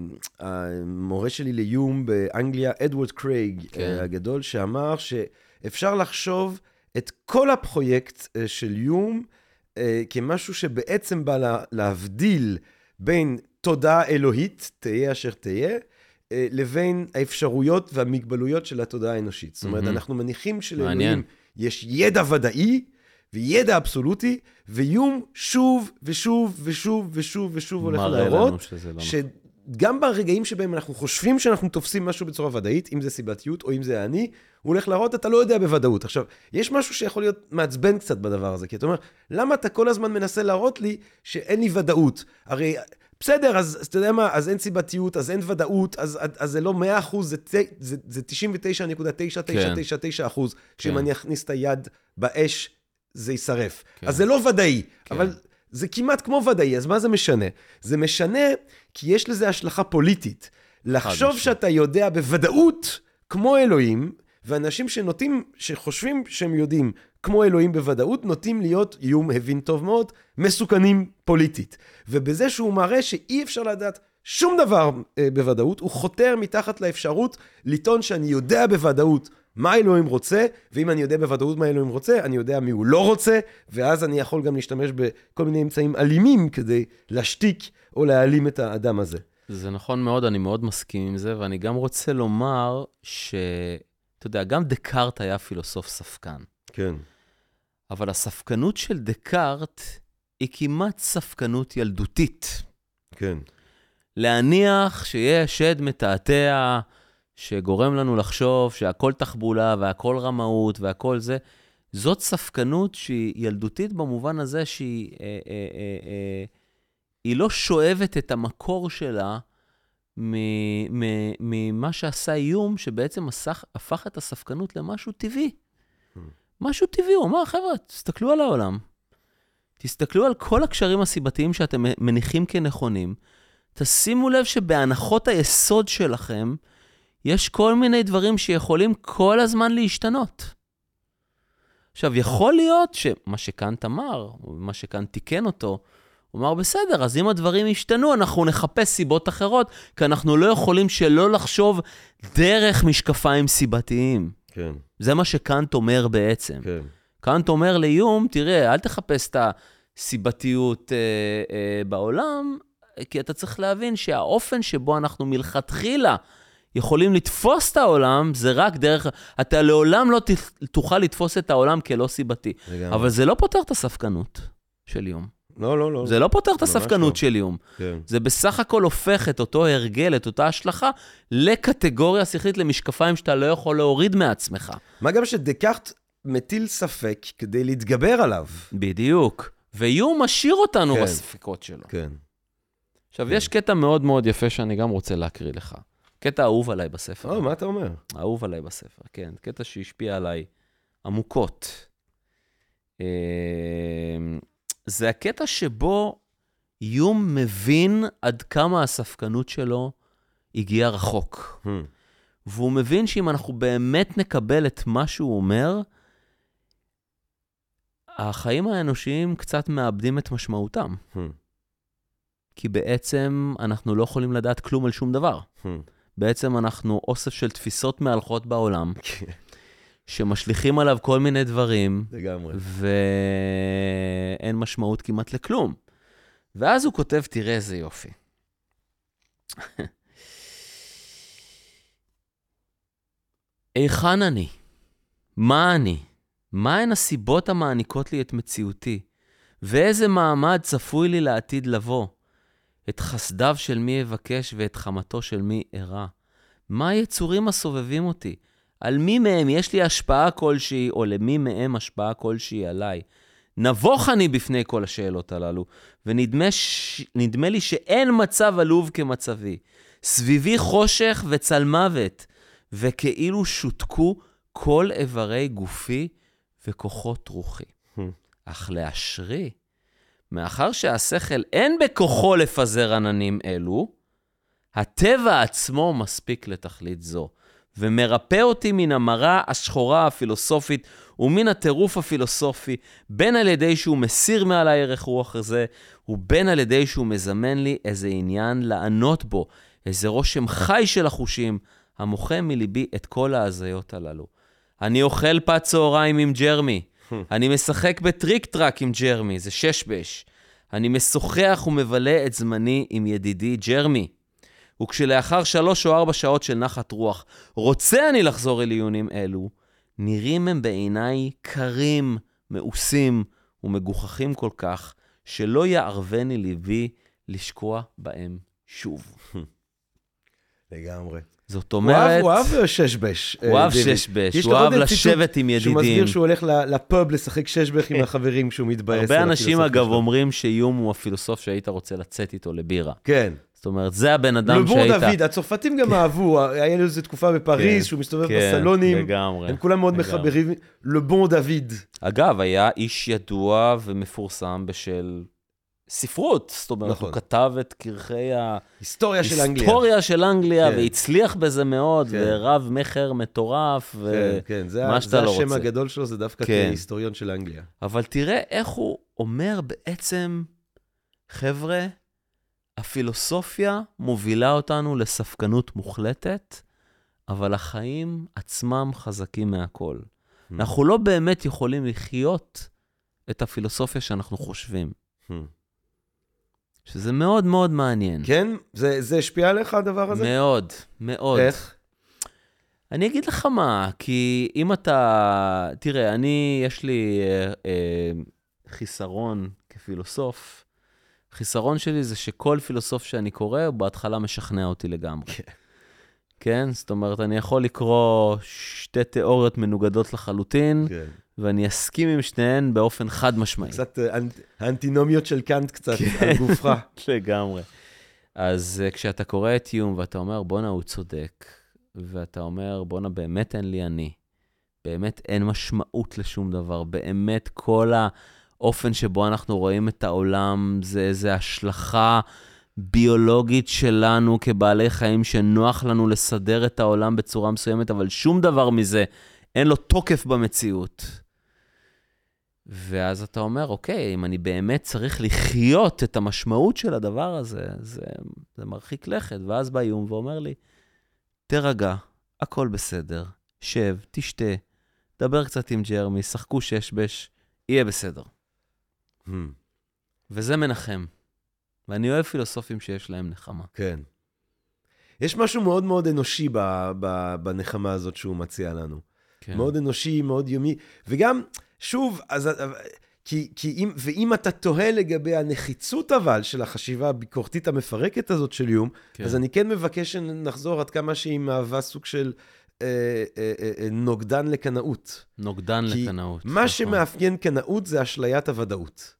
המורה שלי ליום באנגליה, אדוארד קרייג הגדול, שאמר שאפשר לחשוב את כל הפרויקט של יום כמשהו שבעצם בא להבדיל בין תודעה אלוהית, תהיה אשר תהיה, לבין האפשרויות והמגבלויות של התודעה האנושית. זאת אומרת, אנחנו מניחים שלאלוהים יש ידע ודאי, וידע אבסולוטי, ויום שוב ושוב ושוב ושוב ושוב הולך להראות, שגם ברגעים שבהם אנחנו חושבים שאנחנו תופסים משהו בצורה ודאית, אם זה סיבתיות או אם זה אני, הוא הולך להראות, אתה לא יודע בוודאות. עכשיו, יש משהו שיכול להיות מעצבן קצת בדבר הזה, כי אתה אומר, למה אתה כל הזמן מנסה להראות לי שאין לי ודאות? הרי בסדר, אז אתה יודע מה, אז אין סיבתיות, אז אין ודאות, אז זה לא 100%, זה 99.9999%, שאם אני אכניס את היד באש, זה יישרף. אז זה לא ודאי, אבל זה כמעט כמו ודאי, אז מה זה משנה? זה משנה כי יש לזה השלכה פוליטית. לחשוב שאתה יודע בוודאות כמו אלוהים, ואנשים שחושבים שהם יודעים כמו אלוהים בוודאות, נוטים להיות, יום הבין טוב מאוד, מסוכנים פוליטית. ובזה שהוא מראה שאי אפשר לדעת שום דבר בוודאות, הוא חותר מתחת לאפשרות לטעון שאני יודע בוודאות מה אלוהים רוצה, ואם אני יודע בוודאות מה אלוהים רוצה, אני יודע מי הוא לא רוצה, ואז אני יכול גם להשתמש בכל מיני אמצעים אלימים כדי להשתיק או להעלים את האדם הזה. זה נכון מאוד, אני מאוד מסכים עם זה, ואני גם רוצה לומר אתה יודע, גם דקארט היה פילוסוף ספקן. כן. אבל הספקנות של דקארט היא כמעט ספקנות ילדותית. כן. להניח שיש שד מתעתע שגורם לנו לחשוב שהכל תחבולה והכל רמאות והכל זה, זאת ספקנות שהיא ילדותית במובן הזה שהיא לא שואבת את המקור שלה ממה שעשה איום, שבעצם הפך את הספקנות למשהו טבעי. משהו טבעי, הוא אמר, חבר'ה, תסתכלו על העולם. תסתכלו על כל הקשרים הסיבתיים שאתם מניחים כנכונים. תשימו לב שבהנחות היסוד שלכם, יש כל מיני דברים שיכולים כל הזמן להשתנות. עכשיו, יכול להיות שמה שקאנט אמר, או מה שקאנט תיקן אותו, הוא אמר, בסדר, אז אם הדברים ישתנו, אנחנו נחפש סיבות אחרות, כי אנחנו לא יכולים שלא לחשוב דרך משקפיים סיבתיים. כן. זה מה שקאנט אומר בעצם. כן. קאנט אומר ליום, תראה, אל תחפש את הסיבתיות בעולם, כי אתה צריך להבין שהאופן שבו אנחנו מלכתחילה יכולים לתפוס את העולם, זה רק דרך, אתה לעולם לא תוכל לתפוס את העולם כלא סיבתי. אבל זה לא פותר את הספקנות של יום. לא. זה לא פותר את הספקנות של יום. כן. זה בסך הכל הופך את אותו הרגל, את אותה השלכה, לקטגוריה שכלית, למשקפיים שאתה לא יכול להוריד מעצמך. מה גם שדקארט מטיל ספק כדי להתגבר עליו. בדיוק. ויום משאיר אותנו בספקות שלו. כן. עכשיו, יש קטע מאוד מאוד יפה שאני גם רוצה להקריא לך. קטע אהוב עליי בספר. מה אתה אומר? אהוב עליי בספר, כן. קטע שהשפיע עליי עמוקות. זה הקטע שבו יום מבין עד כמה הספקנות שלו הגיעה רחוק. והוא מבין שאם אנחנו באמת נקבל את מה שהוא אומר, החיים האנושיים קצת מאבדים את משמעותם. כי בעצם אנחנו לא יכולים לדעת כלום על שום דבר. בעצם אנחנו אוסף של תפיסות מהלכות בעולם, שמשליכים עליו כל מיני דברים, לגמרי. ואין משמעות כמעט לכלום. ואז הוא כותב, תראה איזה יופי. היכן אני? מה אני? מהן הסיבות המעניקות לי את מציאותי? ואיזה מעמד צפוי לי לעתיד לבוא? את חסדיו של מי אבקש ואת חמתו של מי ארע? מה היצורים הסובבים אותי? על מי מהם יש לי השפעה כלשהי, או למי מהם השפעה כלשהי עליי? נבוך אני בפני כל השאלות הללו, ונדמה לי שאין מצב עלוב כמצבי. סביבי חושך וצלמוות, וכאילו שותקו כל איברי גופי וכוחות רוחי. אך לאשרי, מאחר שהשכל אין בכוחו לפזר עננים אלו, הטבע עצמו מספיק לתכלית זו, ומרפא אותי מן המראה השחורה הפילוסופית, ומן הטירוף הפילוסופי, בין על ידי שהוא מסיר מעלי ערך רוח הזה, ובין על ידי שהוא מזמן לי איזה עניין לענות בו, איזה רושם חי של החושים, המוחה מליבי את כל ההזיות הללו. אני אוכל פת צהריים עם ג'רמי, אני משחק בטריק טרק עם ג'רמי, זה ששבש. אני משוחח ומבלה את זמני עם ידידי ג'רמי. וכשלאחר 3 או 4 שעות של נחת רוח, רוצה אני לחזור אל עיונים אלו, נראים הם בעיניי קרים, מאוסים ומגוחכים כל כך, שלא יערבני ליבי לשקוע בהם שוב. לגמרי. זאת אומרת... הוא אהב ששבש. הוא אהב ששבש, הוא אהב לשבת עם ידידים. שהוא מסביר שהוא הולך לפאב לשחק ששבש עם החברים כשהוא מתבאס. הרבה אנשים אגב אומרים שיום הוא הפילוסוף שהיית רוצה לצאת איתו לבירה. כן. זאת אומרת, זה הבן אדם לבור שהיית... דוד, הצרפתים גם אהבו, היה לו איזו תקופה בפריז, שהוא מסתובב בסלונים. כן, לגמרי. הם כולם מאוד מחברים. לבון דוד. אגב, היה איש ידוע ומפורסם בשל ספרות. זאת אומרת, הוא כתב את קרחי היסטוריה של אנגליה. היסטוריה של אנגליה, והצליח בזה מאוד, ורב מחר מטורף, ומה שאתה לא רוצה. זה השם הגדול שלו, זה דווקא כהיסטוריון של אנגליה. אבל תראה איך הוא אומר בעצם, חבר'ה, הפילוסופיה מובילה אותנו לספקנות מוחלטת, אבל החיים עצמם חזקים מהכל. אנחנו לא באמת יכולים לחיות את הפילוסופיה שאנחנו חושבים. שזה מאוד מאוד מעניין. כן? זה השפיע עליך הדבר הזה? מאוד, מאוד. איך? אני אגיד לך מה, כי אם אתה... תראה, יש לי חיסרון כפילוסוף, חיסרון שלי זה שכל פילוסוף שאני קורא, הוא בהתחלה משכנע אותי לגמרי. כן? זאת אומרת, אני יכול לקרוא 2 תיאוריות מנוגדות לחלוטין, ואני אסכים עם שניהן באופן חד משמעי. קצת האנטינומיות של קאנט קצת על גופך. לגמרי. אז כשאתה קורא את יום ואתה אומר, בונה הוא צודק, ואתה אומר, בונה באמת אין לי אני, באמת אין משמעות לשום דבר, באמת כל האופן שבו אנחנו רואים את העולם, זה איזו השלכה ביולוגית שלנו כבעלי חיים, שנוח לנו לסדר את העולם בצורה מסוימת, אבל שום דבר מזה אין לו תוקף במציאות. ואז אתה אומר, אוקיי, אם אני באמת צריך לחיות את המשמעות של הדבר הזה, זה מרחיק לכת. ואז בא יום ואומר לי, תרגע, הכל בסדר, שב, תשתה, דבר קצת עם ג'רמי, שחקו ששבש, יהיה בסדר. וזה מנחם. ואני אוהב פילוסופים שיש להם נחמה. כן. יש משהו מאוד מאוד אנושי בנחמה הזאת שהוא מציע לנו. כן. מאוד אנושי, מאוד יומי. וגם, שוב, ואם אתה תוהה לגבי הנחיצות אבל של החשיבה הביקורתית המפרקת הזאת של יום, כן. אז אני כן מבקש שנחזור עד כמה שהיא מהווה סוג של נוגדן לקנאות. נוגדן לקנאות. מה שמאפיין קנאות זה אשליית הוודאות.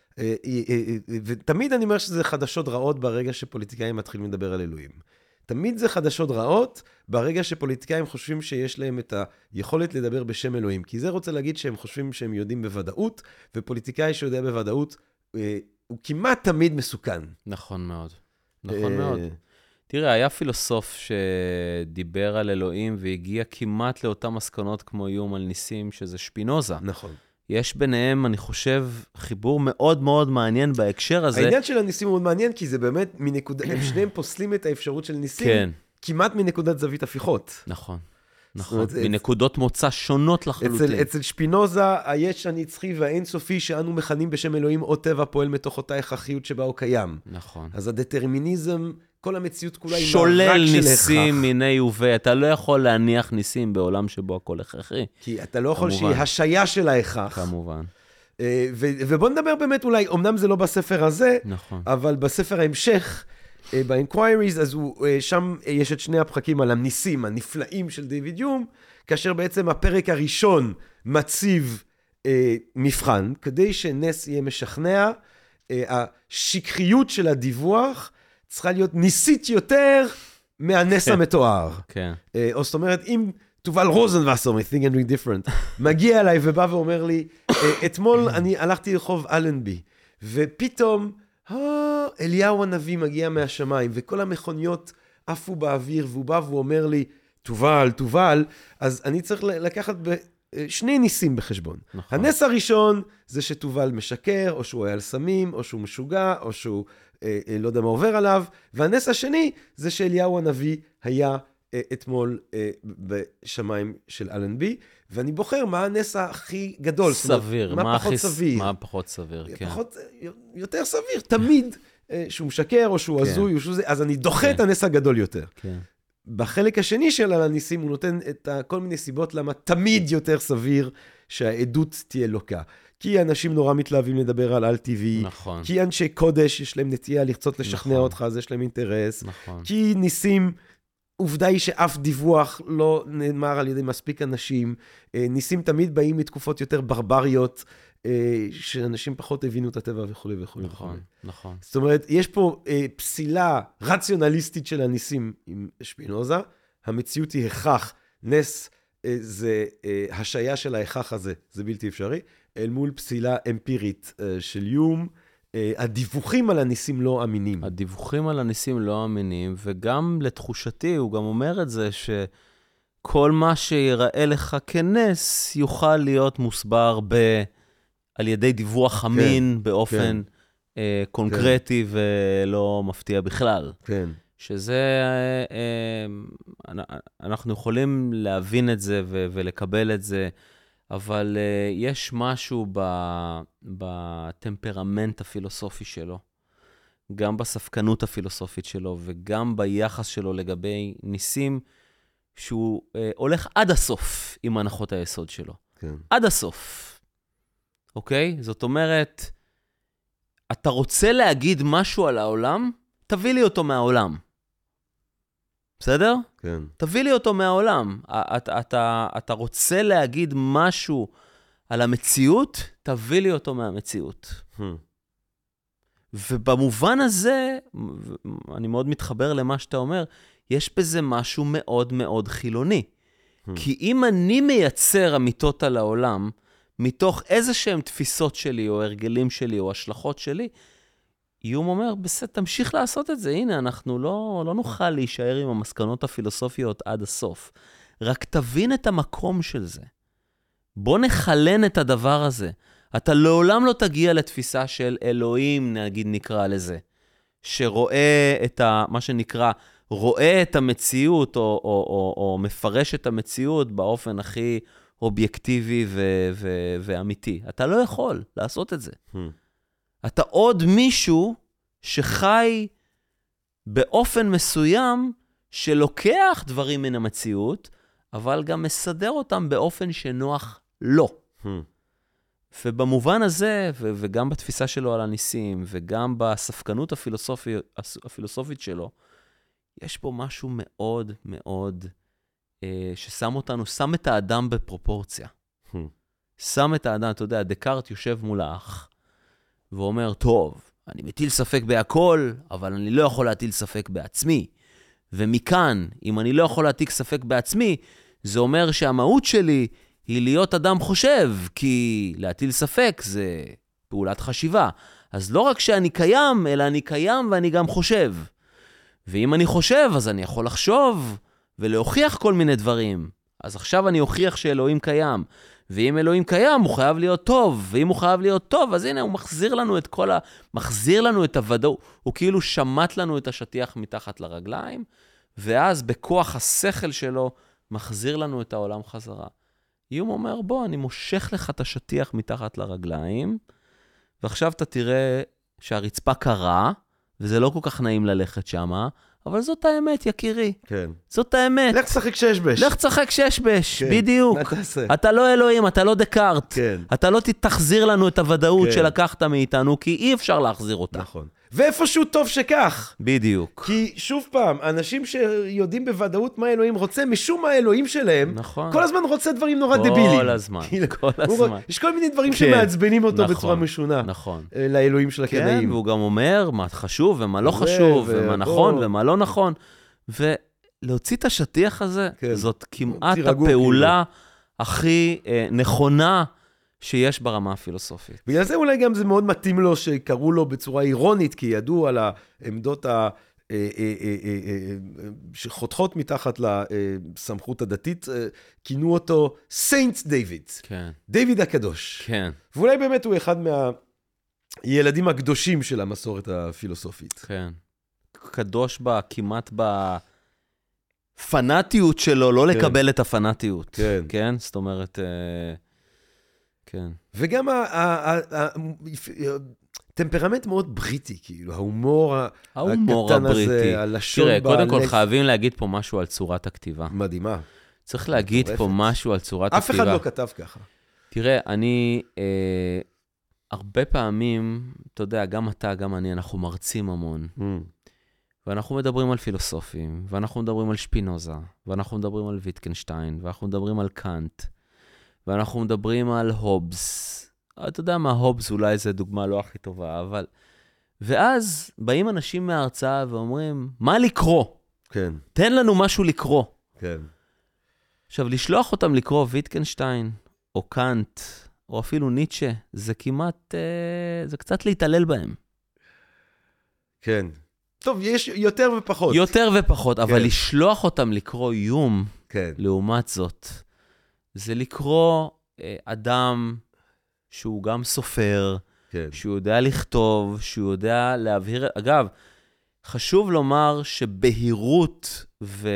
ותמיד אני אומר שזה חדשות רעות ברגע שפוליטיקאים מתחילים לדבר על אלוהים. תמיד זה חדשות רעות ברגע שפוליטיקאים חושבים שיש להם את היכולת לדבר בשם אלוהים. כי זה רוצה להגיד שהם חושבים שהם יודעים בוודאות, ופוליטיקאי שיודע בוודאות הוא כמעט תמיד מסוכן. נכון מאוד. נכון מאוד. תראה, היה פילוסוף שדיבר על אלוהים והגיע כמעט לאותן מסקנות כמו איום על ניסים, שזה שפינוזה. נכון. יש ביניהם, אני חושב, חיבור מאוד מאוד מעניין בהקשר הזה. העניין של הניסים הוא מאוד מעניין, כי זה באמת, הם שניהם פוסלים את האפשרות של ניסים, כן. כמעט מנקודת זווית הפיכות. נכון, נכון. מנקודות מוצא שונות לחלוטין. אצל שפינוזה, היש הנצחי והאינסופי, שאנו מכנים בשם אלוהים, או טבע פועל מתוך אותה הכרחיות שבה הוא קיים. נכון. אז הדטרמיניזם, כל המציאות כולה היא שולל ניסים מיני ובי, אתה לא יכול להניח ניסים בעולם שבו הכל הכרחי. כי אתה לא יכול שהיא השיה של ההכרח. כמובן. ובוא נדבר באמת אולי, אמנם זה לא בספר הזה, נכון. אבל בספר ההמשך, ב-Inquiries, אז שם יש את 2 הפרקים על הניסים הנפלאים של דיוויד יום, כאשר בעצם הפרק הראשון מציב מבחן, כדי שנס יהיה משכנע, השכחיות של הדיווח, צריכה להיות ניסית יותר מהנס המתואר. כן. או זאת אומרת, אם תובל רוזנווסר, I think I'm doing different, מגיע אליי ובא ואומר לי, אתמול אני הלכתי לרחוב אלנבי, ופתאום, אליהו הנביא מגיע מהשמיים, וכל המכוניות עפו באוויר, והוא בא והוא אומר לי, תובל, אז אני צריך לקחת שני ניסים בחשבון. נכון. הנס הראשון זה שתובל משקר, או שהוא היה על סמים, או שהוא משוגע, או שהוא לא יודע מה עובר עליו, והנס השני זה שאליהו הנביא היה אתמול בשמיים של אלנבי, ואני בוחר מה הנס הכי גדול. סביר. מה פחות סביר. מה פחות סביר, כן. יותר סביר, תמיד שהוא משקר, או שהוא הזוי, אז אני דוחה את הנס הגדול יותר. כן. בחלק השני של הניסים הוא נותן את כל מיני סיבות למה תמיד יותר סביר שהעדות תהיה לוקה. כי אנשים נורא מתלהבים לדבר על על-טבעי, נכון. כי אנשי קודש יש להם נטייה לרצות לשכנע אותך, אז יש להם אינטרס. נכון. כי ניסים, עובדה היא שאף דיווח לא נאמר על ידי מספיק אנשים. ניסים תמיד באים מתקופות יותר ברבריות, שאנשים פחות הבינו את הטבע וכו' וכו'. נכון, נכון. זאת אומרת, יש פה פסילה רציונליסטית של הניסים עם שפינוזה, המציאות היא הכרח, נס זה השעיה של ההכרח הזה, זה בלתי אפשרי, אל מול פסילה אמפירית של יום, הדיווחים על הניסים לא אמינים. הדיווחים על הניסים לא אמינים, וגם לתחושתי, הוא גם אומר את זה שכל מה שיראה לך כנס יוכל להיות מוסבר על ידי דיווח אמין באופן קונקרטי ולא מפתיע בכלל. כן. שזה, אנחנו יכולים להבין את זה ולקבל את זה, אבל יש משהו בטמפרמנט הפילוסופי שלו, גם בספקנות הפילוסופית שלו, וגם ביחס שלו לגבי ניסים, שהוא הולך עד הסוף עם הנחות היסוד שלו. כן. עד הסוף. אוקיי? זאת אומרת, אתה רוצה להגיד משהו על העולם, תביא לי אותו מהעולם. בסדר? כן. תביא לי אותו מהעולם. אתה רוצה להגיד משהו על המציאות, תביא לי אותו מהמציאות. ובמובן הזה, אני מאוד מתחבר למה שאתה אומר, יש בזה משהו מאוד מאוד חילוני. כי אם אני מייצר אמיתות על העולם, מתוך איזה שהן תפיסות שלי, או הרגלים שלי, או השלכות שלי, איום אומר, בסדר, תמשיך לעשות את זה. הנה, אנחנו לא נוכל להישאר עם המסקנות הפילוסופיות עד הסוף. רק תבין את המקום של זה. בוא נחלן את הדבר הזה. אתה לעולם לא תגיע לתפיסה של אלוהים, נגיד נקרא לזה, שרואה את מה שנקרא, רואה את המציאות, או מפרש את המציאות באופן הכי אובייקטיבי ואמיתי. אתה לא יכול לעשות את זה. אתה עוד מישהו שחי באופן מסוים שלוקח דברים מן המציאות, אבל גם מסדר אותם באופן שנוח לו. ובמובן הזה, וגם בתפיסה שלו על הניסים, וגם בספקנות הפילוסופית שלו, יש פה משהו מאוד מאוד ששם אותנו, שם את האדם בפרופורציה. שם את האדם, אתה יודע, דקארט יושב מול האח, ואומר, טוב, אני מטיל ספק בהכל, אבל אני לא יכול להטיל ספק בעצמי. ומכאן, אם אני לא יכול להטיל ספק בעצמי, זה אומר שהמהות שלי היא להיות אדם חושב, כי להטיל ספק זה פעולת חשיבה. אז לא רק שאני קיים, אלא אני קיים ואני גם חושב. ואם אני חושב, אז אני יכול לחשוב ולהוכיח כל מיני דברים. אז עכשיו אני אוכיח שאלוהים קיים. ואם אלוהים קיים, הוא חייב להיות טוב. ואם הוא חייב להיות טוב, אז הנה, הוא מחזיר לנו את מחזיר לנו את הוודאות. הוא כאילו שמט לנו את השטיח מתחת לרגליים, ואז בכוח השכל שלו, מחזיר לנו את העולם חזרה. איום אומר, בוא, אני מושך לך את השטיח מתחת לרגליים, ועכשיו אתה תראה שהרצפה קרה, וזה לא כל כך נעים ללכת שמה, אבל זאת האמת, יקירי. כן. זאת האמת. לך תשחק ששבש. לך תשחק ששבש, בדיוק. מה תעשה? אתה לא אלוהים, אתה לא דקארט. כן. אתה לא תחזיר לנו את הוודאות שלקחת מאיתנו, כי אי אפשר להחזיר אותה. נכון. ואיפשהו טוב שכך. בדיוק. כי שוב פעם, אנשים שיודעים בוודאות מה אלוהים רוצה, משום מה האלוהים שלהם, נכון. כל הזמן רוצה דברים נורא דבילים. כל הזמן, כל הזמן. יש כל מיני דברים שמעצבנים אותו בצורה משונה. נכון. לאלוהים של הקנאים. כן, והוא גם אומר מה חשוב ומה לא חשוב, ומה נכון ומה לא נכון. להוציא את השטיח הזה, כן. זאת כמעט תירגעו, הפעולה הכי נכונה שיש ברמה הפילוסופית. בגלל זה אולי גם זה מאוד מתאים לו שקראו לו בצורה אירונית, כי ידעו על העמדות שחותכות מתחת לסמכות הדתית, כינו אותו סיינט דיוויד. כן. דיוויד הקדוש. כן. ואולי באמת הוא אחד מהילדים הקדושים של המסורת הפילוסופית. כן. קדוש בה, כמעט בפנאטיות שלו, לא לקבל את הפנאטיות. כן. כן? זאת אומרת, כן. וגם טמפרמנט מאוד בריטי, כאילו, ההומור הקטן הזה, הלשון תראה, קודם כל חייבים להגיד פה משהו על צורת הכתיבה. מדהימה. צריך להגיד פה משהו על צורת הכתיבה. אף אחד לא כתב ככה. תראה, אני, הרבה פעמים, אתה יודע, גם אתה, גם אני, אנחנו מרצים המון. ואנחנו מדברים על פילוסופים, ואנחנו מדברים על שפינוזה, ואנחנו מדברים על ויטקנשטיין, ואנחנו מדברים על קאנט, ואנחנו מדברים על הובס. אתה יודע מה, הובס אולי זה דוגמה לא הכי טובה, אבל... ואז באים אנשים מההרצאה ואומרים, מה לקרוא? כן. תן לנו משהו לקרוא. כן. עכשיו, לשלוח אותם לקרוא ויטקנשטיין, או קאנט, או אפילו ניטשה, זה כמעט, זה קצת להתעלל בהם. כן. טוב, יש יותר ופחות. יותר ופחות, אבל לשלוח אותם לקרוא יום, כן. לעומת זאת, זה לקרוא אדם שהוא גם סופר, כן. שהוא יודע לכתוב, שהוא יודע להבהיר... אגב, חשוב לומר שבהירות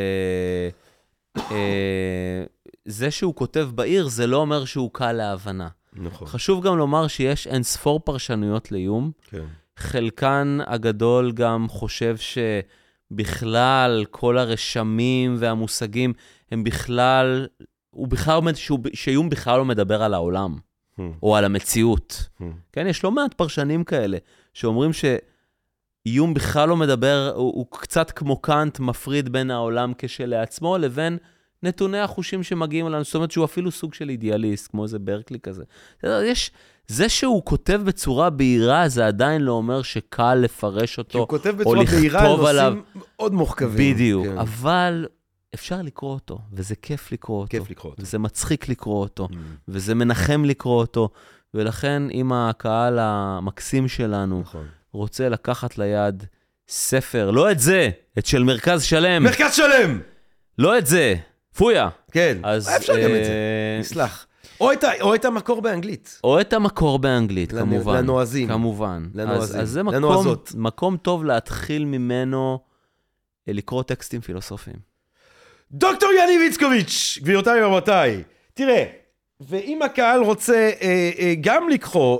זה שהוא כותב בעיר, זה לא אומר שהוא קל להבנה. נכון. חשוב גם לומר שיש אין ספור פרשנויות ליום. כן. חלקן הגדול גם חושב שבכלל כל הרשמים והמושגים הם בכלל, שיום בכלל לא מדבר על העולם, או על המציאות. כן, יש לא מעט פרשנים כאלה, שאומרים שאיום בכלל לא מדבר, הוא קצת כמו קאנט מפריד בין העולם כשלעצמו, לבין נתוני החושים שמגיעים אלינו, זאת אומרת שהוא אפילו סוג של אידיאליסט, כמו איזה ברקלי כזה. זה שהוא כותב בצורה בהירה, זה עדיין לא אומר שקל לפרש אותו, כי הוא כותב בצורה בהירה על נושאים מאוד מוחכבים. בדיוק, אבל אפשר לקרוא אותו, וזה כיף לקרוא אותו. כיף לקרוא אותו. וזה מצחיק לקרוא אותו, וזה מנחם לקרוא אותו, ולכן אם הקהל המקסים שלנו רוצה לקחת ליד ספר, לא את זה, את של מרכז שלם. מרכז שלם! לא את זה, פויה. כן, אפשר גם את זה, נסלח. או את המקור באנגלית. או את המקור באנגלית, כמובן. לנועזים. כמובן. לנועזים. אז זה מקום טוב להתחיל ממנו לקרוא טקסטים פילוסופיים. דוקטור יניב איצקוביץ', גבירותיי ורבותיי, תראה, ואם הקהל רוצה גם לקרוא,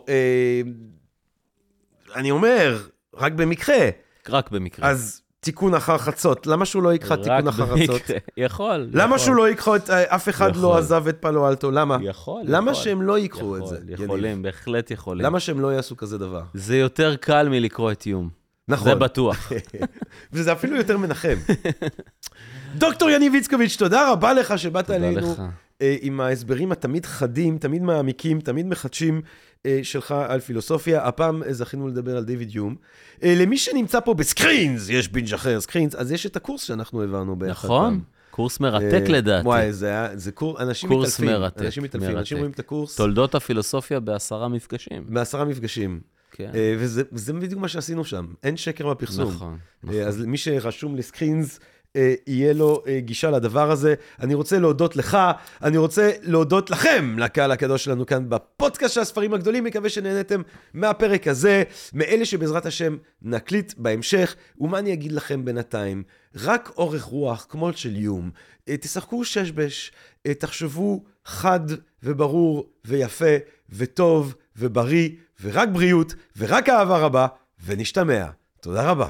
אני אומר, רק במקרה. רק במקרה. אז תיקון אחר חצות. למה שהוא לא יקרא תיקון אחר חצות? יכול. למה שהוא לא יקרא את אף אחד לא עזב את פאלו אלטו? למה? יכול. למה שהם לא יקחו את זה? יכולים, בהחלט יכולים. למה שהם לא יעשו כזה דבר? זה יותר קל מלקרוא את יום. נכון. זה בטוח. וזה אפילו יותר מנחם. דוקטור יניב איצקוביץ', תודה רבה לך שבאת אלינו עם ההסברים התמיד חדים, תמיד מעמיקים, תמיד מחדשים שלך על פילוסופיה. הפעם זכינו לדבר על דיוויד יום. למי שנמצא פה בסקרינס, יש בינג' אחר סקרינס, אז יש את הקורס שאנחנו העברנו ביחד. נכון, קורס מרתק לדעתי. וואי, זה קורס, אנשים מתעלפים. אנשים מתעלפים, אנשים רואים את הקורס. תולדות הפילוסופיה ב10 מפגשים. ב10 מפגשים. וזה בדיוק מה שעשינו שם. אין שקר בפרסום. נכון. אז מי שרשום לסקרינס, יהיה לו גישה לדבר הזה. אני רוצה להודות לך, אני רוצה להודות לכם, לקהל הקדוש שלנו כאן בפודקאסט של הספרים הגדולים. מקווה שנהנתם מהפרק הזה, מאלה שבעזרת השם נקליט בהמשך. ומה אני אגיד לכם בינתיים? רק אורך רוח כמו של יום. תשחקו ששבש, תחשבו חד וברור ויפה וטוב ובריא, ורק בריאות ורק אהבה רבה, ונשתמע. תודה רבה.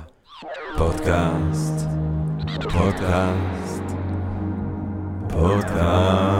פודקאסט.